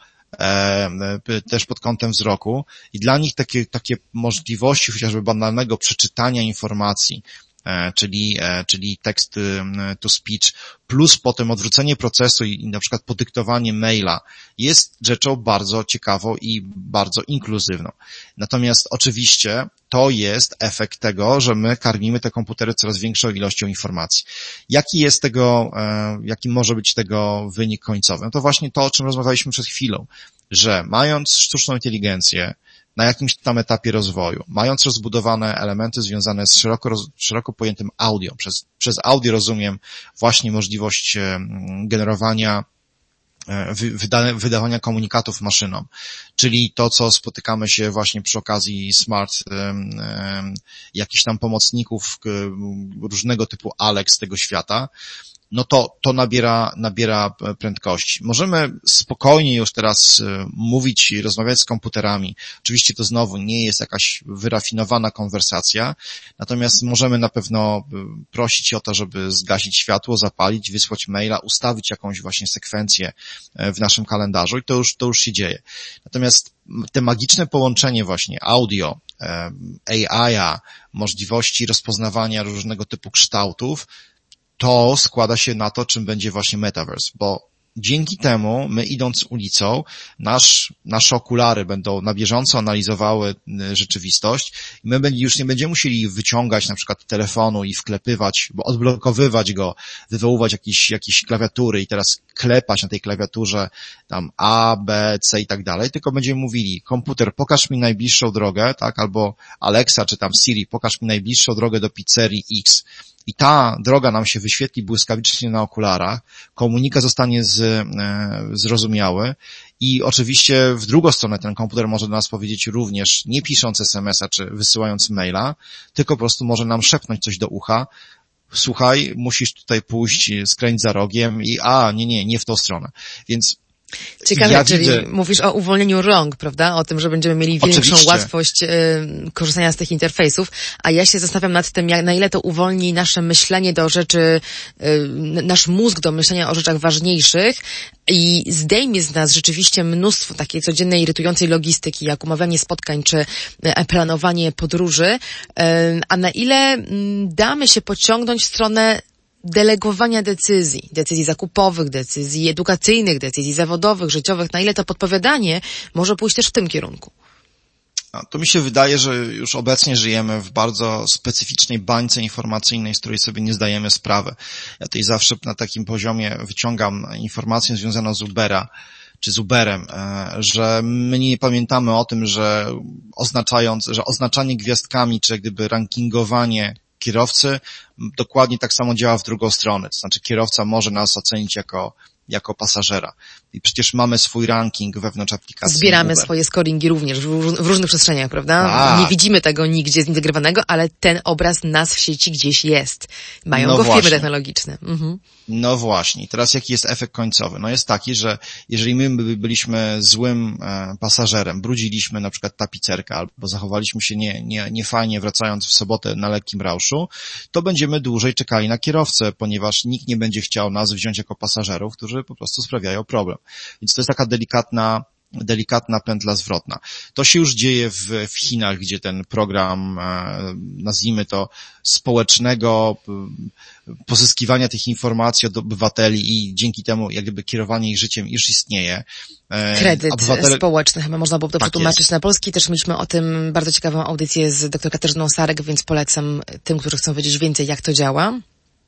e, też pod kątem wzroku i dla nich takie, takie możliwości chociażby banalnego przeczytania informacji, czyli, czyli text to speech, plus potem odwrócenie procesu i, i na przykład podyktowanie maila jest rzeczą bardzo ciekawą i bardzo inkluzywną. Natomiast oczywiście to jest efekt tego, że my karmimy te komputery coraz większą ilością informacji. Jaki jest tego, jaki może być tego wynik końcowy? No to właśnie to, o czym rozmawialiśmy przed chwilą, że mając sztuczną inteligencję, na jakimś tam etapie rozwoju, mając rozbudowane elementy związane z szeroko, szeroko pojętym audio. Przez, przez audio rozumiem właśnie możliwość generowania, wyda, wydawania komunikatów maszynom, czyli to, co spotykamy się właśnie przy okazji smart, jakichś tam pomocników różnego typu Alex tego świata, no to, to nabiera, nabiera prędkości. Możemy spokojnie już teraz mówić i rozmawiać z komputerami. Oczywiście to znowu nie jest jakaś wyrafinowana konwersacja, natomiast możemy na pewno prosić o to, żeby zgasić światło, zapalić, wysłać maila, ustawić jakąś właśnie sekwencję w naszym kalendarzu i to już, to już się dzieje. Natomiast te magiczne połączenie właśnie audio, A I, możliwości rozpoznawania różnego typu kształtów, to składa się na to, czym będzie właśnie metaverse, bo dzięki temu my idąc ulicą, nasz, nasze okulary będą na bieżąco analizowały rzeczywistość i my już nie będziemy musieli wyciągać na przykład telefonu i wklepywać, bo odblokowywać go, wywoływać jakieś, jakieś klawiatury i teraz klepać na tej klawiaturze tam A, B, C i tak dalej, tylko będziemy mówili, komputer, pokaż mi najbliższą drogę, tak, albo Alexa czy tam Siri, pokaż mi najbliższą drogę do pizzerii X. I ta droga nam się wyświetli błyskawicznie na okularach, komunikat zostanie z, e, zrozumiały i oczywiście w drugą stronę ten komputer może do nas powiedzieć również, nie pisząc es em es a czy wysyłając maila, tylko po prostu może nam szepnąć coś do ucha, słuchaj, musisz tutaj pójść, skręć za rogiem i a, nie, nie, nie w tą stronę. Więc Ciekawe, ja czyli widzę... mówisz o uwolnieniu rąk, prawda? O tym, że będziemy mieli większą Oczywiście. łatwość y, korzystania z tych interfejsów, a ja się zastanawiam nad tym, jak, na ile to uwolni nasze myślenie do rzeczy, y, nasz mózg do myślenia o rzeczach ważniejszych i zdejmie z nas rzeczywiście mnóstwo takiej codziennej irytującej logistyki, jak umawianie spotkań czy y, planowanie podróży, y, a na ile y, damy się pociągnąć w stronę delegowania decyzji, decyzji zakupowych, decyzji edukacyjnych, decyzji zawodowych, życiowych, na ile to podpowiadanie może pójść też w tym kierunku? No, to mi się wydaje, że już obecnie żyjemy w bardzo specyficznej bańce informacyjnej, z której sobie nie zdajemy sprawy. Ja tutaj zawsze na takim poziomie wyciągam informację związaną z Ubera, czy z Uberem, że my nie pamiętamy o tym, że oznaczając, że oznaczanie gwiazdkami, czy jak gdyby rankingowanie kierowcy dokładnie tak samo działa w drugą stronę. To znaczy kierowca może nas ocenić jako, jako pasażera. I przecież mamy swój ranking wewnątrz aplikacji. Zbieramy Uber. swoje scoringi również w, w różnych przestrzeniach, prawda? Tak. Nie widzimy tego nigdzie zintegrowanego, ale ten obraz nas w sieci gdzieś jest. Mają No go właśnie. firmy technologiczne. Mhm. No właśnie. Teraz jaki jest efekt końcowy? No jest taki, że jeżeli my by byliśmy złym e, pasażerem, brudziliśmy na przykład tapicerkę albo zachowaliśmy się nie, nie, niefajnie wracając w sobotę na lekkim rauszu, to będziemy dłużej czekali na kierowcę, ponieważ nikt nie będzie chciał nas wziąć jako pasażerów, którzy po prostu sprawiają problem. Więc to jest taka delikatna delikatna pętla zwrotna. To się już dzieje w, w Chinach, gdzie ten program, e, nazwijmy to, społecznego e, pozyskiwania tych informacji od obywateli i dzięki temu jak gdyby kierowanie ich życiem już istnieje. E, Kredyt obywatele... społeczny, chyba można było to tak przetłumaczyć jest. Na polski. Też mieliśmy o tym bardzo ciekawą audycję z dr Katarzyną Sarek, więc polecam tym, którzy chcą wiedzieć więcej, jak to działa.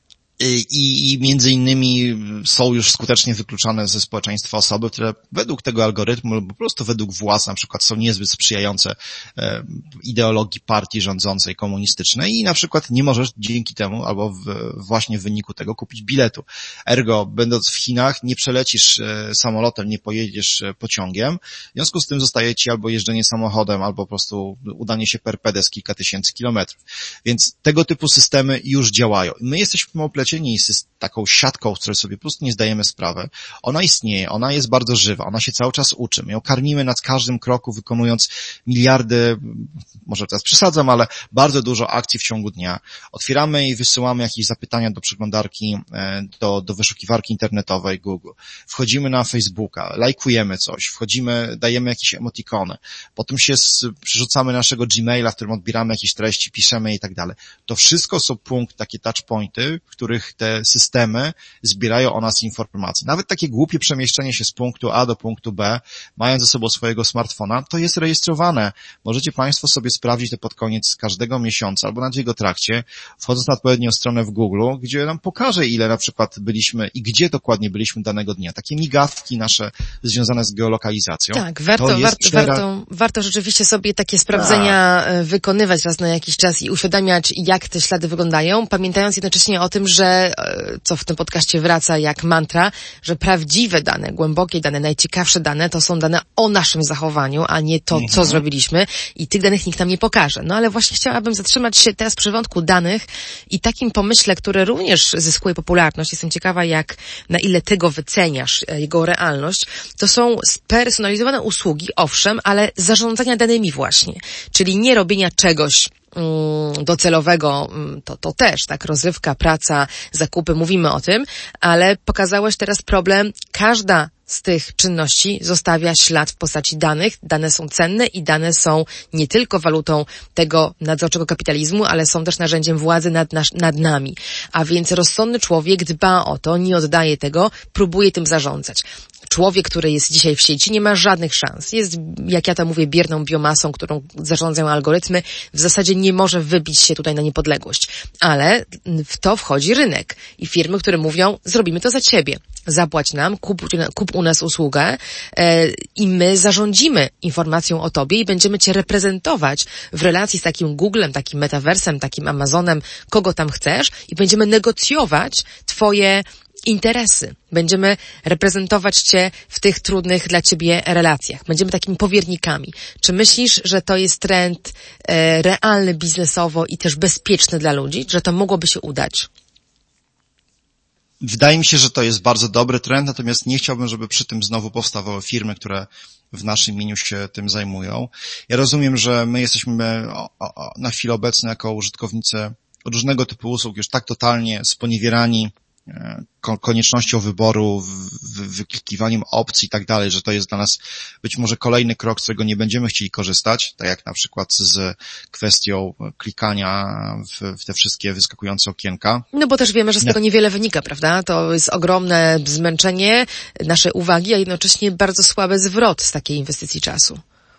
I, i między innymi są już skutecznie wykluczane ze społeczeństwa osoby, które według tego algorytmu lub po prostu według władz na przykład są niezbyt sprzyjające e, ideologii partii rządzącej komunistycznej i na przykład nie możesz dzięki temu albo w, właśnie w wyniku tego kupić biletu. Ergo, będąc w Chinach, nie przelecisz e, samolotem, nie pojedziesz e, pociągiem, w związku z tym zostaje ci albo jeżdżenie samochodem, albo po prostu udanie się per pedes kilka tysięcy kilometrów. Więc tego typu systemy już działają. My jesteśmy oplecieni z taką siatką, z której sobie po prostu nie zdajemy sprawy. Ona istnieje, ona jest bardzo żywa, ona się cały czas uczy. My ją karmimy na każdym kroku, wykonując miliardy, może teraz przesadzam, ale bardzo dużo akcji w ciągu dnia. Otwieramy i wysyłamy jakieś zapytania do przeglądarki, do, do wyszukiwarki internetowej Google. Wchodzimy na Facebooka, lajkujemy coś, wchodzimy, dajemy jakieś emotikony. Potem się z, przerzucamy naszego Gmaila, w którym odbieramy jakieś treści, piszemy i tak dalej. To wszystko są punkty, takie touchpointy, w których te systemy zbierają o nas informacje. Nawet takie głupie przemieszczenie się z punktu A do punktu B, mając ze sobą swojego smartfona, to jest rejestrowane. Możecie Państwo sobie sprawdzić to pod koniec każdego miesiąca albo na jego trakcie, wchodząc na odpowiednią stronę w Google, gdzie nam pokaże, ile na przykład byliśmy i gdzie dokładnie byliśmy danego dnia. Takie migawki nasze związane z geolokalizacją. Tak, warto, warto, przera... warto, warto rzeczywiście sobie takie sprawdzenia A. wykonywać raz na jakiś czas i uświadamiać, jak te ślady wyglądają, pamiętając jednocześnie o tym, że co w tym podcaście wraca jak mantra, że prawdziwe dane, głębokie dane, najciekawsze dane to są dane o naszym zachowaniu, a nie to, co zrobiliśmy i tych danych nikt nam nie pokaże. No ale właśnie chciałabym zatrzymać się teraz przy wątku danych i takim pomyśle, który również zyskuje popularność. Jestem ciekawa, jak, na ile tego wyceniasz, jego realność. To są spersonalizowane usługi, owszem, ale zarządzania danymi właśnie. Czyli nie robienia czegoś docelowego, to, to też, tak, rozrywka, praca, zakupy, mówimy o tym, ale pokazałeś teraz problem, każda z tych czynności zostawia ślad w postaci danych, dane są cenne i dane są nie tylko walutą tego nadzorczego kapitalizmu, ale są też narzędziem władzy nad, nas, nad nami. A więc rozsądny człowiek dba o to, nie oddaje tego, próbuje tym zarządzać. Człowiek, który jest dzisiaj w sieci, nie ma żadnych szans. Jest, jak ja to mówię, bierną biomasą, którą zarządzają algorytmy. W zasadzie nie może wybić się tutaj na niepodległość. Ale w to wchodzi rynek i firmy, które mówią, zrobimy to za ciebie. Zapłać nam, kup, kup u nas usługę e, i my zarządzimy informacją o tobie i będziemy cię reprezentować w relacji z takim Googlem, takim Metaversem, takim Amazonem, kogo tam chcesz i będziemy negocjować twoje interesy. Będziemy reprezentować cię w tych trudnych dla ciebie relacjach. Będziemy takimi powiernikami. Czy myślisz, że to jest trend e, realny biznesowo i też bezpieczny dla ludzi? Że to mogłoby się udać? wydaje mi się, że to jest bardzo dobry trend, natomiast nie chciałbym, żeby przy tym znowu powstawały firmy, które w naszym imieniu się tym zajmują. Ja rozumiem, że my jesteśmy o, o, na chwilę obecną jako użytkownicy różnego typu usług już tak totalnie sponiewierani koniecznością wyboru, wyklikiwaniem opcji i tak dalej, że to jest dla nas być może kolejny krok, z którego nie będziemy chcieli korzystać, tak jak na przykład z kwestią klikania w, w te wszystkie wyskakujące okienka. No bo też wiemy, że z tego niewiele wynika, prawda? To jest ogromne zmęczenie naszej uwagi, a jednocześnie bardzo słaby zwrot z takiej inwestycji czasu.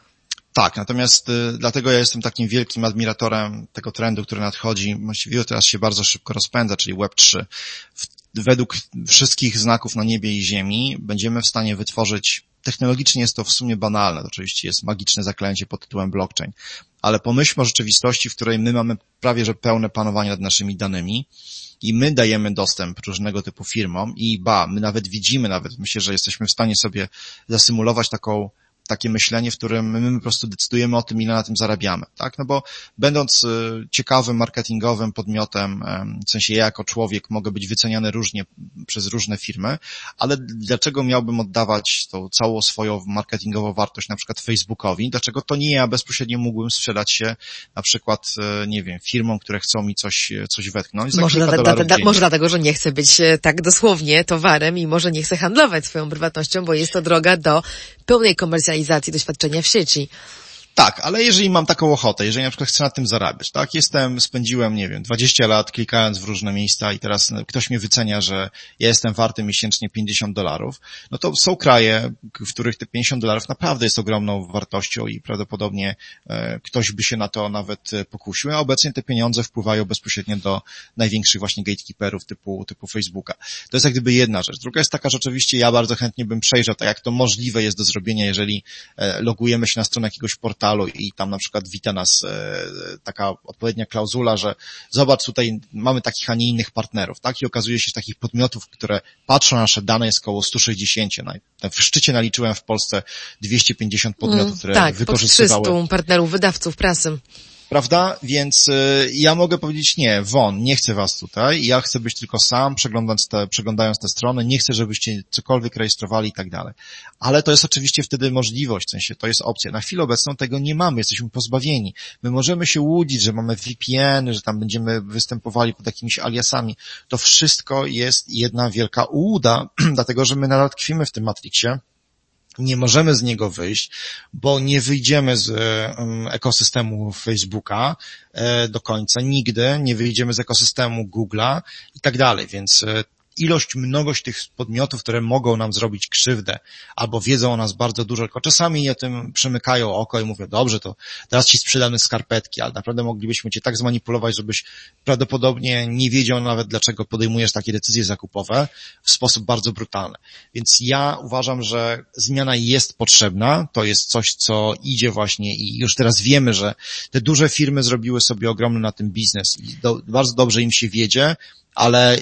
Tak, natomiast y, dlatego ja jestem takim wielkim admiratorem tego trendu, który nadchodzi. Właściwie teraz się bardzo szybko rozpędza, czyli web trzy. W, według wszystkich znaków na niebie i ziemi będziemy w stanie wytworzyć, technologicznie jest to w sumie banalne, to oczywiście jest magiczne zaklęcie pod tytułem blockchain, ale pomyślmy o rzeczywistości, w której my mamy prawie że pełne panowanie nad naszymi danymi i my dajemy dostęp różnego typu firmom i ba, my nawet widzimy, nawet myślę, że jesteśmy w stanie sobie zasymulować taką takie myślenie, w którym my po prostu decydujemy o tym, ile na tym zarabiamy, tak? No bo będąc ciekawym, marketingowym podmiotem, w sensie ja jako człowiek mogę być wyceniany różnie przez różne firmy, ale dlaczego miałbym oddawać tą całą swoją marketingową wartość na przykład Facebookowi? Dlaczego to nie ja bezpośrednio mógłbym sprzedać się na przykład, nie wiem, firmom, które chcą mi coś, coś wetknąć? Może, da, da, da, może dlatego, że nie chcę być tak dosłownie towarem i może nie chcę handlować swoją prywatnością, bo jest to droga do pełnej komercjalizacji doświadczenia w sieci. Tak, ale jeżeli mam taką ochotę, jeżeli na przykład chcę na tym zarabiać, tak, jestem, spędziłem, nie wiem, dwadzieścia lat klikając w różne miejsca i teraz ktoś mnie wycenia, że ja jestem warty miesięcznie pięćdziesiąt dolarów, no to są kraje, w których te pięćdziesiąt dolarów naprawdę jest ogromną wartością i prawdopodobnie e, ktoś by się na to nawet pokusił, a obecnie te pieniądze wpływają bezpośrednio do największych właśnie gatekeeperów typu, typu Facebooka. To jest jak gdyby jedna rzecz. Druga jest taka, że oczywiście ja bardzo chętnie bym przejrzał, tak jak to możliwe jest do zrobienia, jeżeli e, logujemy się na stronę jakiegoś portalu i tam na przykład wita nas e, taka odpowiednia klauzula, że zobacz, tutaj mamy takich, a nie innych partnerów, tak? I okazuje się, że takich podmiotów, które patrzą na nasze dane jest około sto sześćdziesiąt. W szczycie naliczyłem w Polsce dwieście pięćdziesiąt podmiotów, mm, które tak, wykorzystywały... Tak, partnerów, wydawców, prasy. Prawda? Więc y, ja mogę powiedzieć nie, won, nie chcę was tutaj, ja chcę być tylko sam, przeglądając te, przeglądając te strony, nie chcę, żebyście cokolwiek rejestrowali i tak dalej. Ale to jest oczywiście wtedy możliwość, w sensie to jest opcja. Na chwilę obecną tego nie mamy, jesteśmy pozbawieni. My możemy się łudzić, że mamy V P N, że tam będziemy występowali pod jakimiś aliasami. To wszystko jest jedna wielka ułuda, dlatego że my nadal tkwimy w tym Matrixie. Nie możemy z niego wyjść, bo nie wyjdziemy z um, ekosystemu Facebooka e, do końca, nigdy nie wyjdziemy z ekosystemu Google'a i tak dalej, więc e, ilość, mnogość tych podmiotów, które mogą nam zrobić krzywdę albo wiedzą o nas bardzo dużo, tylko czasami o tym przymykają oko i mówią, dobrze, to teraz ci sprzedamy skarpetki, ale naprawdę moglibyśmy cię tak zmanipulować, żebyś prawdopodobnie nie wiedział nawet, dlaczego podejmujesz takie decyzje zakupowe w sposób bardzo brutalny. Więc ja uważam, że zmiana jest potrzebna, to jest coś, co idzie właśnie i już teraz wiemy, że te duże firmy zrobiły sobie ogromny na tym biznes i do, bardzo dobrze im się wiedzie, ale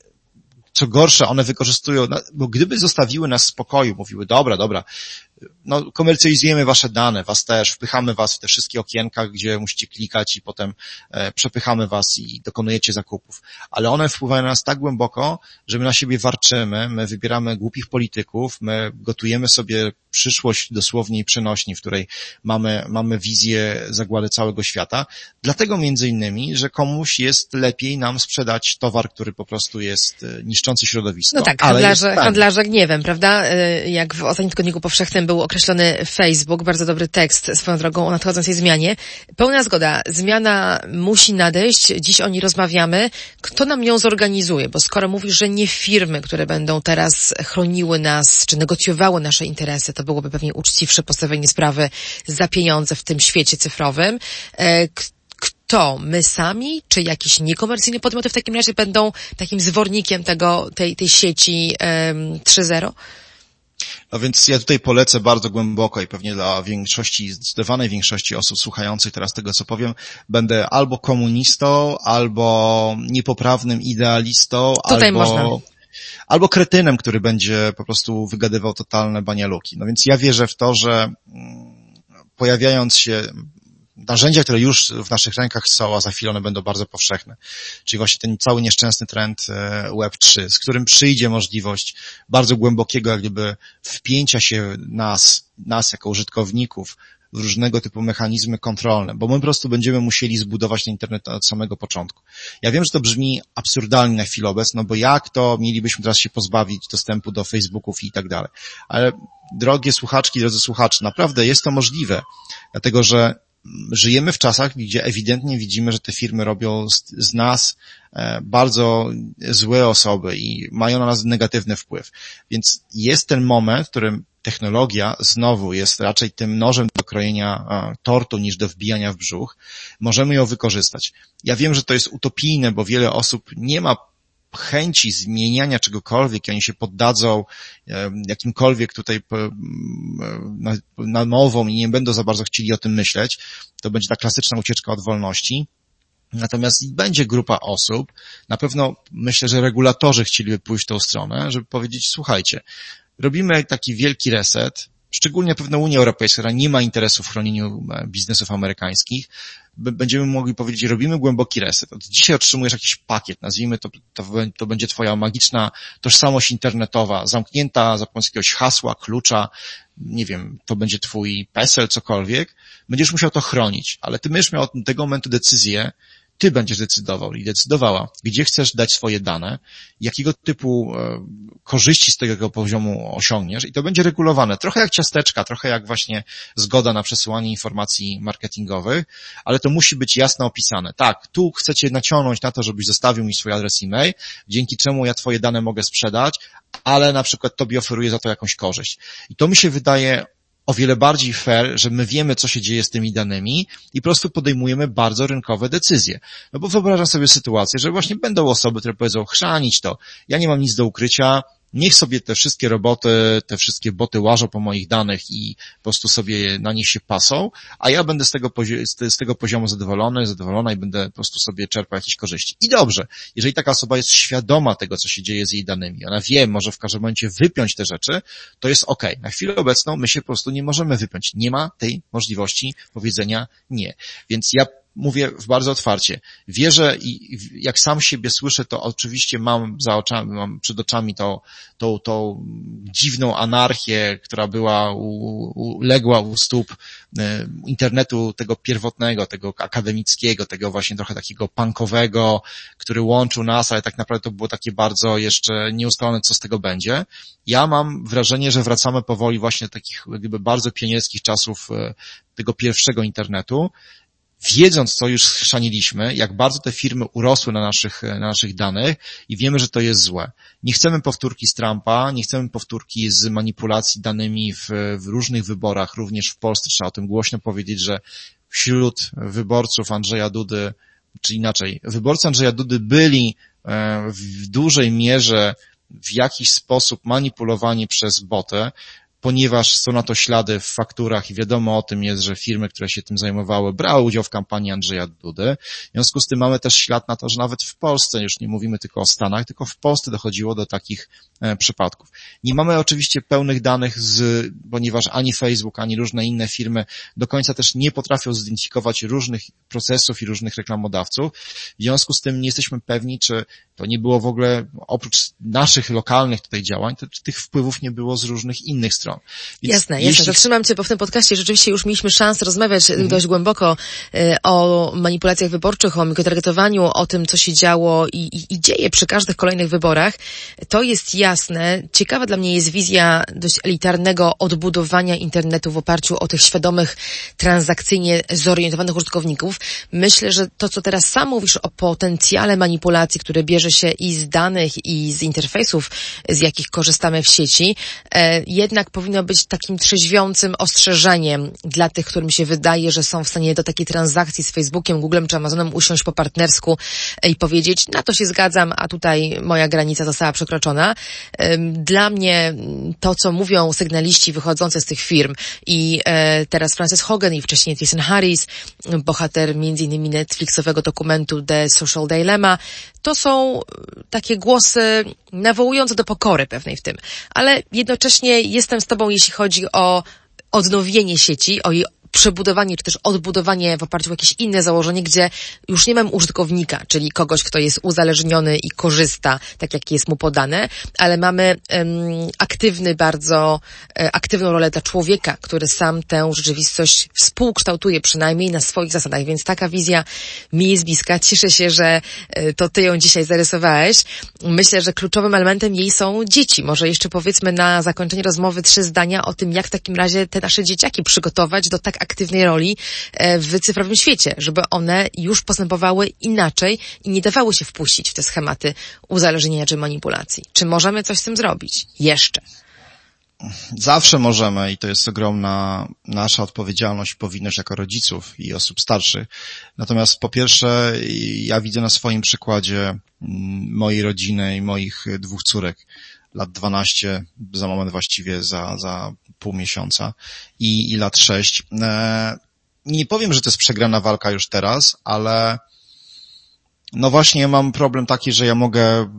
co gorsza, one wykorzystują, bo gdyby zostawiły nas w spokoju, mówiły, dobra, dobra, no komercjalizujemy wasze dane, was też, wpychamy was w te wszystkie okienka, gdzie musicie klikać i potem e, przepychamy was i dokonujecie zakupów. Ale one wpływają na nas tak głęboko, że my na siebie warczymy, my wybieramy głupich polityków, my gotujemy sobie przyszłość dosłownie i przenośni, w której mamy, mamy wizję zagłady całego świata. Dlatego między innymi, że komuś jest lepiej nam sprzedać towar, który po prostu jest niszczący środowisko. No tak, handlarze, handlarze gniewem, prawda? Jak w ostatnim tygodniku powszechnym był określony Facebook, bardzo dobry tekst swoją drogą o nadchodzącej zmianie. Pełna zgoda, zmiana musi nadejść, dziś o niej rozmawiamy. Kto nam ją zorganizuje? Bo skoro mówisz, że nie firmy, które będą teraz chroniły nas, czy negocjowały nasze interesy, to byłoby pewnie uczciwsze postawienie sprawy za pieniądze w tym świecie cyfrowym. Kto? My sami? Czy jakieś niekomercyjne podmioty w takim razie będą takim zwornikiem tego, tej, tej sieci um, trzy zero? No więc ja tutaj polecę bardzo głęboko i pewnie dla większości, zdecydowanej większości osób słuchających teraz tego, co powiem, będę albo komunistą, albo niepoprawnym idealistą, tutaj albo... można. albo kretynem, który będzie po prostu wygadywał totalne banialuki. No więc ja wierzę w to, że pojawiając się narzędzia, które już w naszych rękach są, a za chwilę one będą bardzo powszechne. Czyli właśnie ten cały nieszczęsny trend web trzy, z którym przyjdzie możliwość bardzo głębokiego jak gdyby wpięcia się nas, nas jako użytkowników w różnego typu mechanizmy kontrolne, bo my po prostu będziemy musieli zbudować ten internet od samego początku. Ja wiem, że to brzmi absurdalnie na chwilę obecną, bo jak to mielibyśmy teraz się pozbawić dostępu do Facebooków i tak dalej. Ale drogie słuchaczki, drodzy słuchacze, naprawdę jest to możliwe, dlatego że żyjemy w czasach, gdzie ewidentnie widzimy, że te firmy robią z, z nas bardzo złe osoby i mają na nas negatywny wpływ. Więc jest ten moment, w którym technologia znowu jest raczej tym nożem do krojenia tortu niż do wbijania w brzuch. Możemy ją wykorzystać. Ja wiem, że to jest utopijne, bo wiele osób nie ma chęci zmieniania czegokolwiek i oni się poddadzą jakimkolwiek tutaj namowom i nie będą za bardzo chcieli o tym myśleć. To będzie ta klasyczna ucieczka od wolności. Natomiast będzie grupa osób, na pewno myślę, że regulatorzy chcieliby pójść w tą stronę, żeby powiedzieć, słuchajcie, robimy taki wielki reset, szczególnie pewno Unia Europejska, która nie ma interesu w chronieniu biznesów amerykańskich, będziemy mogli powiedzieć, robimy głęboki reset. Od dzisiaj otrzymujesz jakiś pakiet, nazwijmy to, to, to będzie twoja magiczna tożsamość internetowa, zamknięta za pomocą jakiegoś hasła, klucza, nie wiem, to będzie twój PESEL, cokolwiek, będziesz musiał to chronić, ale ty będziesz miał od tego momentu decyzję, ty będziesz decydował i decydowała, gdzie chcesz dać swoje dane, jakiego typu e, korzyści z tego poziomu osiągniesz i to będzie regulowane. Trochę jak ciasteczka, trochę jak właśnie zgoda na przesyłanie informacji marketingowych, ale to musi być jasno opisane. Tak, tu chcecie naciągnąć na to, żebyś zostawił mi swój adres e-mail, dzięki czemu ja twoje dane mogę sprzedać, ale na przykład tobie oferuję za to jakąś korzyść. I to mi się wydaje o wiele bardziej fair, że my wiemy, co się dzieje z tymi danymi i po prostu podejmujemy bardzo rynkowe decyzje. No bo wyobrażam sobie sytuację, że właśnie będą osoby, które powiedzą, chrzanić to, ja nie mam nic do ukrycia, niech sobie te wszystkie roboty, te wszystkie boty łażą po moich danych i po prostu sobie na nich się pasą, a ja będę z tego, pozi- z tego poziomu zadowolony, zadowolona i będę po prostu sobie czerpał jakieś korzyści. I dobrze, jeżeli taka osoba jest świadoma tego, co się dzieje z jej danymi, ona wie, może w każdym momencie wypiąć te rzeczy, to jest okej. Na chwilę obecną my się po prostu nie możemy wypiąć. Nie ma tej możliwości powiedzenia nie. Więc ja mówię bardzo otwarcie. Wierzę i jak sam siebie słyszę, to oczywiście mam za oczami, mam przed oczami tą, tą, tą dziwną anarchię, która była, u, u, legła u stóp e, internetu tego pierwotnego, tego akademickiego, tego właśnie trochę takiego punkowego, który łączył nas, ale tak naprawdę to było takie bardzo jeszcze nieustalone, co z tego będzie. Ja mam wrażenie, że wracamy powoli właśnie do takich jakby bardzo pionierskich czasów e, tego pierwszego internetu, wiedząc, co już schrzaniliśmy, jak bardzo te firmy urosły na naszych, na naszych danych i wiemy, że to jest złe. Nie chcemy powtórki z Trumpa, nie chcemy powtórki z manipulacji danymi w, w różnych wyborach, również w Polsce. Trzeba o tym głośno powiedzieć, że wśród wyborców Andrzeja Dudy, czy inaczej, wyborcy Andrzeja Dudy byli w dużej mierze w jakiś sposób manipulowani przez boty, ponieważ są na to ślady w fakturach i wiadomo o tym jest, że firmy, które się tym zajmowały, brały udział w kampanii Andrzeja Dudy. W związku z tym mamy też ślad na to, że nawet w Polsce, już nie mówimy tylko o Stanach, tylko w Polsce dochodziło do takich e, przypadków. Nie mamy oczywiście pełnych danych, z, ponieważ ani Facebook, ani różne inne firmy do końca też nie potrafią zidentyfikować różnych procesów i różnych reklamodawców. W związku z tym nie jesteśmy pewni, czy to nie było w ogóle, oprócz naszych lokalnych tutaj działań, to czy tych wpływów nie było z różnych innych stron. Więc jasne, jeśli... jasne. Zatrzymam Cię, bo w tym podcaście rzeczywiście już mieliśmy szansę rozmawiać mm. dość głęboko y, o manipulacjach wyborczych, o mikrotargetowaniu, o tym, co się działo i, i, i dzieje przy każdych kolejnych wyborach. To jest jasne. Ciekawa dla mnie jest wizja dość elitarnego odbudowania internetu w oparciu o tych świadomych, transakcyjnie zorientowanych użytkowników. Myślę, że to, co teraz sam mówisz o potencjale manipulacji, które bierze się i z danych, i z interfejsów, z jakich korzystamy w sieci, e, jednak powinno być takim trzeźwiącym ostrzeżeniem dla tych, którym się wydaje, że są w stanie do takiej transakcji z Facebookiem, Googlem czy Amazonem usiąść po partnersku i powiedzieć, na to się zgadzam, a tutaj moja granica została przekroczona. Dla mnie to, co mówią sygnaliści wychodzący z tych firm i teraz Frances Hogan i wcześniej Thyssen Harris, bohater między innymi Netflixowego dokumentu The Social Dilemma, to są takie głosy nawołujące do pokory pewnej w tym, ale jednocześnie jestem z Tobą, jeśli chodzi o odnowienie sieci, o jej przebudowanie, czy też odbudowanie w oparciu o jakieś inne założenie, gdzie już nie mam użytkownika, czyli kogoś, kto jest uzależniony i korzysta, tak jak jest mu podane, ale mamy um, aktywny bardzo, um, aktywną rolę dla człowieka, który sam tę rzeczywistość współkształtuje, przynajmniej na swoich zasadach, więc taka wizja mi jest bliska. Cieszę się, że um, to ty ją dzisiaj zarysowałeś. Myślę, że kluczowym elementem jej są dzieci. Może jeszcze powiedzmy na zakończenie rozmowy trzy zdania o tym, jak w takim razie te nasze dzieciaki przygotować do tak aktywnej roli w cyfrowym świecie, żeby one już postępowały inaczej i nie dawały się wpuścić w te schematy uzależnienia czy manipulacji. Czy możemy coś z tym zrobić? Jeszcze. Zawsze możemy i to jest ogromna nasza odpowiedzialność i powinność jako rodziców i osób starszych. Natomiast po pierwsze, ja widzę na swoim przykładzie mojej rodziny i moich dwóch córek, lat dwanaście, za moment właściwie za, za pół miesiąca i, i lat sześć. Nie powiem, że to jest przegrana walka już teraz, ale no właśnie mam problem taki, że ja mogę,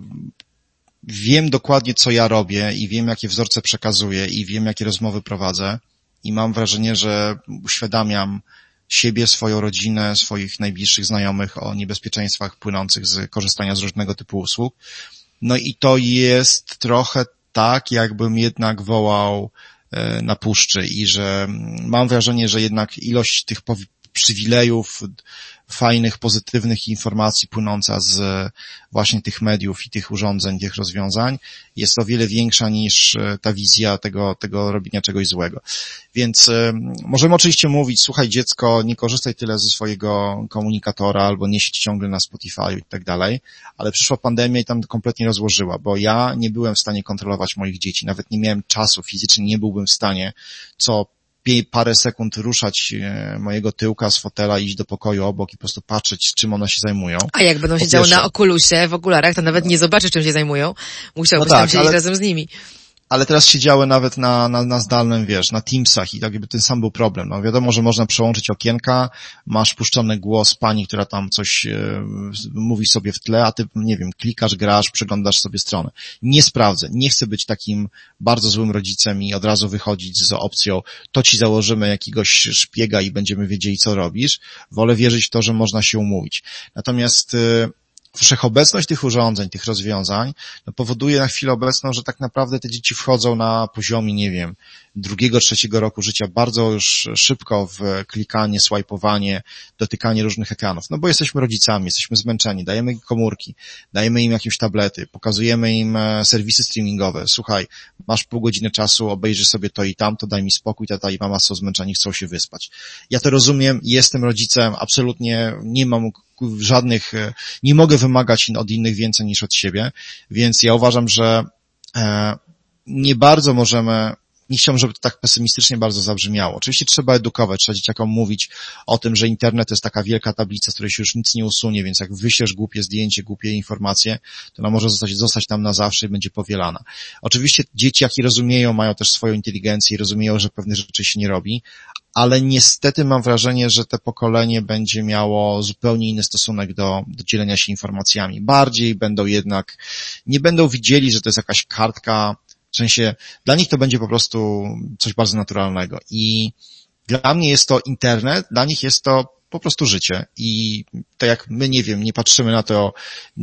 wiem dokładnie, co ja robię i wiem, jakie wzorce przekazuję i wiem, jakie rozmowy prowadzę i mam wrażenie, że uświadamiam siebie, swoją rodzinę, swoich najbliższych znajomych o niebezpieczeństwach płynących z korzystania z różnego typu usług. No i to jest trochę tak, jakbym jednak wołał na puszczy i że mam wrażenie, że jednak ilość tych przywilejów, fajnych, pozytywnych informacji płynąca z właśnie tych mediów i tych urządzeń, tych rozwiązań jest o wiele większa niż ta wizja tego, tego robienia czegoś złego. Więc y, możemy oczywiście mówić, słuchaj dziecko, nie korzystaj tyle ze swojego komunikatora albo nie siedź ciągle na Spotify i tak dalej, ale przyszła pandemia i tam kompletnie rozłożyła, bo ja nie byłem w stanie kontrolować moich dzieci, nawet nie miałem czasu, fizycznie nie byłbym w stanie co parę sekund ruszać mojego tyłka z fotela, iść do pokoju obok i po prostu patrzeć, czym one się zajmują. A jak będą siedziały na okulusie, w okularach, to nawet nie zobaczysz, czym się zajmują. Musiałbyś no tak, tam siedzieć ale... razem z nimi. Ale teraz siedziały nawet na, na, na zdalnym, wiesz, na Teamsach i tak jakby ten sam był problem. No wiadomo, że można przełączyć okienka, masz puszczony głos pani, która tam coś e, mówi sobie w tle, a ty, nie wiem, klikasz, grasz, przeglądasz sobie stronę. Nie sprawdzę, nie chcę być takim bardzo złym rodzicem i od razu wychodzić z opcją, to ci założymy jakiegoś szpiega i będziemy wiedzieli, co robisz. Wolę wierzyć w to, że można się umówić. Natomiast e, wszechobecność tych urządzeń, tych rozwiązań no, powoduje na chwilę obecną, że tak naprawdę te dzieci wchodzą na poziomie, nie wiem, drugiego, trzeciego roku życia bardzo już szybko w klikanie, swajpowanie, dotykanie różnych ekranów. No bo jesteśmy rodzicami, jesteśmy zmęczeni, dajemy im komórki, dajemy im jakieś tablety, pokazujemy im serwisy streamingowe. Słuchaj, masz pół godziny czasu, obejrzyj sobie to i tamto, daj mi spokój, tata i mama są zmęczeni, chcą się wyspać. Ja to rozumiem, jestem rodzicem, absolutnie nie mam żadnych, nie mogę wymagać od innych więcej niż od siebie, więc ja uważam, że e, nie bardzo możemy, nie chciałbym, żeby to tak pesymistycznie bardzo zabrzmiało. Oczywiście trzeba edukować, trzeba dzieciakom mówić o tym, że internet to jest taka wielka tablica, z której się już nic nie usunie, więc jak wyślesz głupie zdjęcie, głupie informacje, to ona może zostać, zostać tam na zawsze i będzie powielana. Oczywiście dzieci, jak i rozumieją, mają też swoją inteligencję i rozumieją, że pewnych rzeczy się nie robi, ale niestety mam wrażenie, że to pokolenie będzie miało zupełnie inny stosunek do, do dzielenia się informacjami. Bardziej będą jednak, nie będą widzieli, że to jest jakaś kartka, w sensie dla nich to będzie po prostu coś bardzo naturalnego. I dla mnie jest to internet, dla nich jest to po prostu życie. I tak jak my, nie wiem, nie patrzymy na to,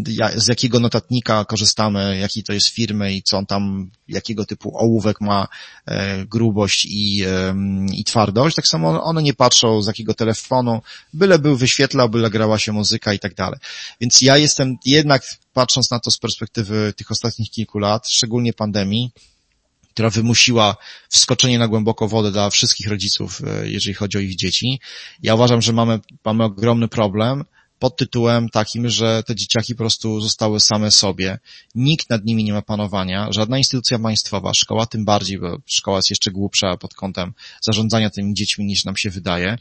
z jakiego notatnika korzystamy, jakiej to jest firmy i co on tam, jakiego typu ołówek ma e, grubość i, e, i twardość, tak samo one nie patrzą z jakiego telefonu, byle był wyświetlał, byle grała się muzyka i tak dalej. Więc ja jestem jednak, patrząc na to z perspektywy tych ostatnich kilku lat, szczególnie pandemii, która wymusiła wskoczenie na głęboką wodę dla wszystkich rodziców, jeżeli chodzi o ich dzieci. Ja uważam, że mamy, mamy ogromny problem pod tytułem takim, że te dzieciaki po prostu zostały same sobie. Nikt nad nimi nie ma panowania, żadna instytucja państwowa, szkoła tym bardziej, bo szkoła jest jeszcze głupsza pod kątem zarządzania tymi dziećmi niż nam się wydaje.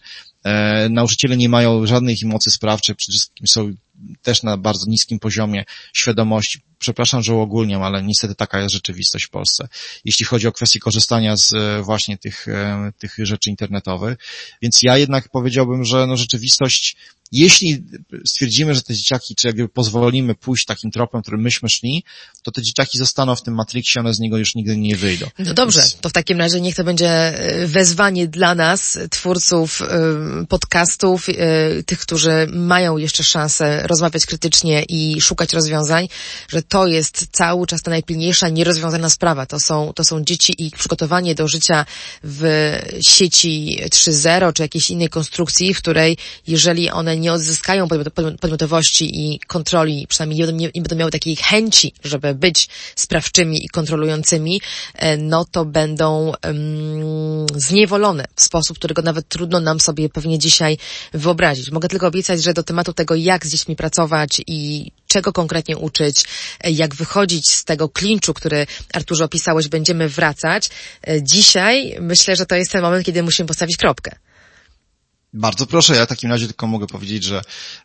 E, nauczyciele nie mają żadnych mocy sprawczej, przede wszystkim są też na bardzo niskim poziomie świadomości. Przepraszam, że uogólniam, ale niestety taka jest rzeczywistość w Polsce, jeśli chodzi o kwestię korzystania z właśnie tych, tych rzeczy internetowych. Więc ja jednak powiedziałbym, że no rzeczywistość jeśli stwierdzimy, że te dzieciaki, czy jakby pozwolimy pójść takim tropem, którym myśmy szli, to te dzieciaki zostaną w tym Matrixie, one z niego już nigdy nie wyjdą. No dobrze, to w takim razie niech to będzie wezwanie dla nas, twórców podcastów, tych, którzy mają jeszcze szansę rozmawiać krytycznie i szukać rozwiązań, że to jest cały czas ta najpilniejsza, nierozwiązana sprawa. To są, to są dzieci i ich przygotowanie do życia w sieci trzy zero, czy jakiejś innej konstrukcji, w której jeżeli one nie odzyskają podmiotowości i kontroli, przynajmniej nie, nie, nie będą miały takiej chęci, żeby być sprawczymi i kontrolującymi, no to będą um, zniewolone w sposób, którego nawet trudno nam sobie pewnie dzisiaj wyobrazić. Mogę tylko obiecać, że do tematu tego, jak z dziećmi pracować i czego konkretnie uczyć, jak wychodzić z tego klinczu, który, Arturze, opisałeś, będziemy wracać. Dzisiaj myślę, że to jest ten moment, kiedy musimy postawić kropkę. Bardzo proszę, ja w takim razie tylko mogę powiedzieć, że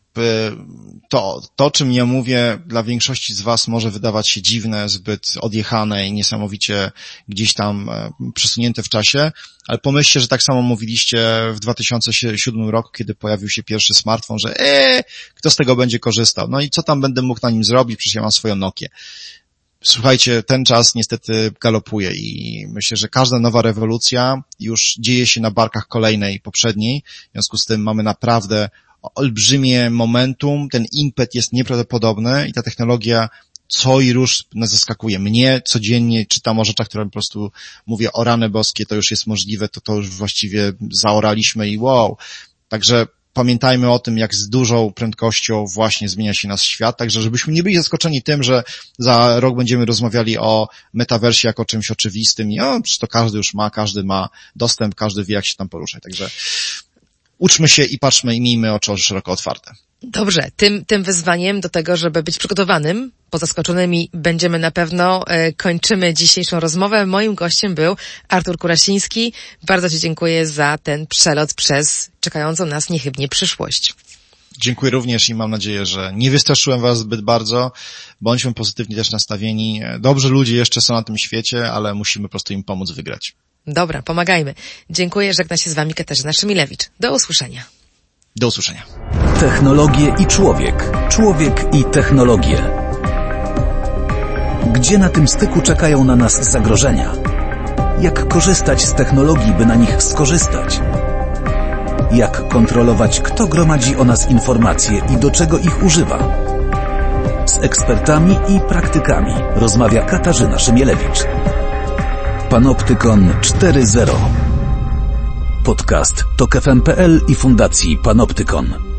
to, to, czym ja mówię, dla większości z was może wydawać się dziwne, zbyt odjechane i niesamowicie gdzieś tam przesunięte w czasie, ale pomyślcie, że tak samo mówiliście w dwa tysiące siódmym roku, kiedy pojawił się pierwszy smartfon, że eee, kto z tego będzie korzystał? No i co tam będę mógł na nim zrobić? Przecież ja mam swoją Nokię. Słuchajcie, ten czas niestety galopuje i myślę, że każda nowa rewolucja już dzieje się na barkach kolejnej, poprzedniej. W związku z tym mamy naprawdę olbrzymie momentum, ten impet jest nieprawdopodobny i ta technologia co i róż nas zaskakuje. Mnie codziennie czytam o rzeczach, które po prostu mówię, o rany boskie, to już jest możliwe, to to już właściwie zaoraliśmy i wow. Także pamiętajmy o tym, jak z dużą prędkością właśnie zmienia się nasz świat, także żebyśmy nie byli zaskoczeni tym, że za rok będziemy rozmawiali o metaversie jako czymś oczywistym i o, przecież to każdy już ma, każdy ma dostęp, każdy wie, jak się tam poruszać. Także uczmy się i patrzmy i miejmy oczy szeroko otwarte. Dobrze, tym, tym wyzwaniem do tego, żeby być przygotowanym, pozaskoczonymi będziemy na pewno. E, kończymy dzisiejszą rozmowę. Moim gościem był Artur Kurasiński. Bardzo Ci dziękuję za ten przelot przez czekającą nas niechybnie przyszłość. Dziękuję również i mam nadzieję, że nie wystraszyłem was zbyt bardzo. Bądźmy pozytywnie też nastawieni. Dobrzy ludzie jeszcze są na tym świecie, ale musimy po prostu im pomóc wygrać. Dobra, pomagajmy. Dziękuję, żegna się z Wami Katarzyna Szymilewicz. Do usłyszenia. Do usłyszenia. Technologie i człowiek. Człowiek i technologie. Gdzie na tym styku czekają na nas zagrożenia? Jak korzystać z technologii, by na nich skorzystać? Jak kontrolować, kto gromadzi o nas informacje i do czego ich używa? Z ekspertami i praktykami rozmawia Katarzyna Szymielewicz. Panoptykon cztery zero. Podcast Tok F M kropka P L i Fundacji Panoptykon.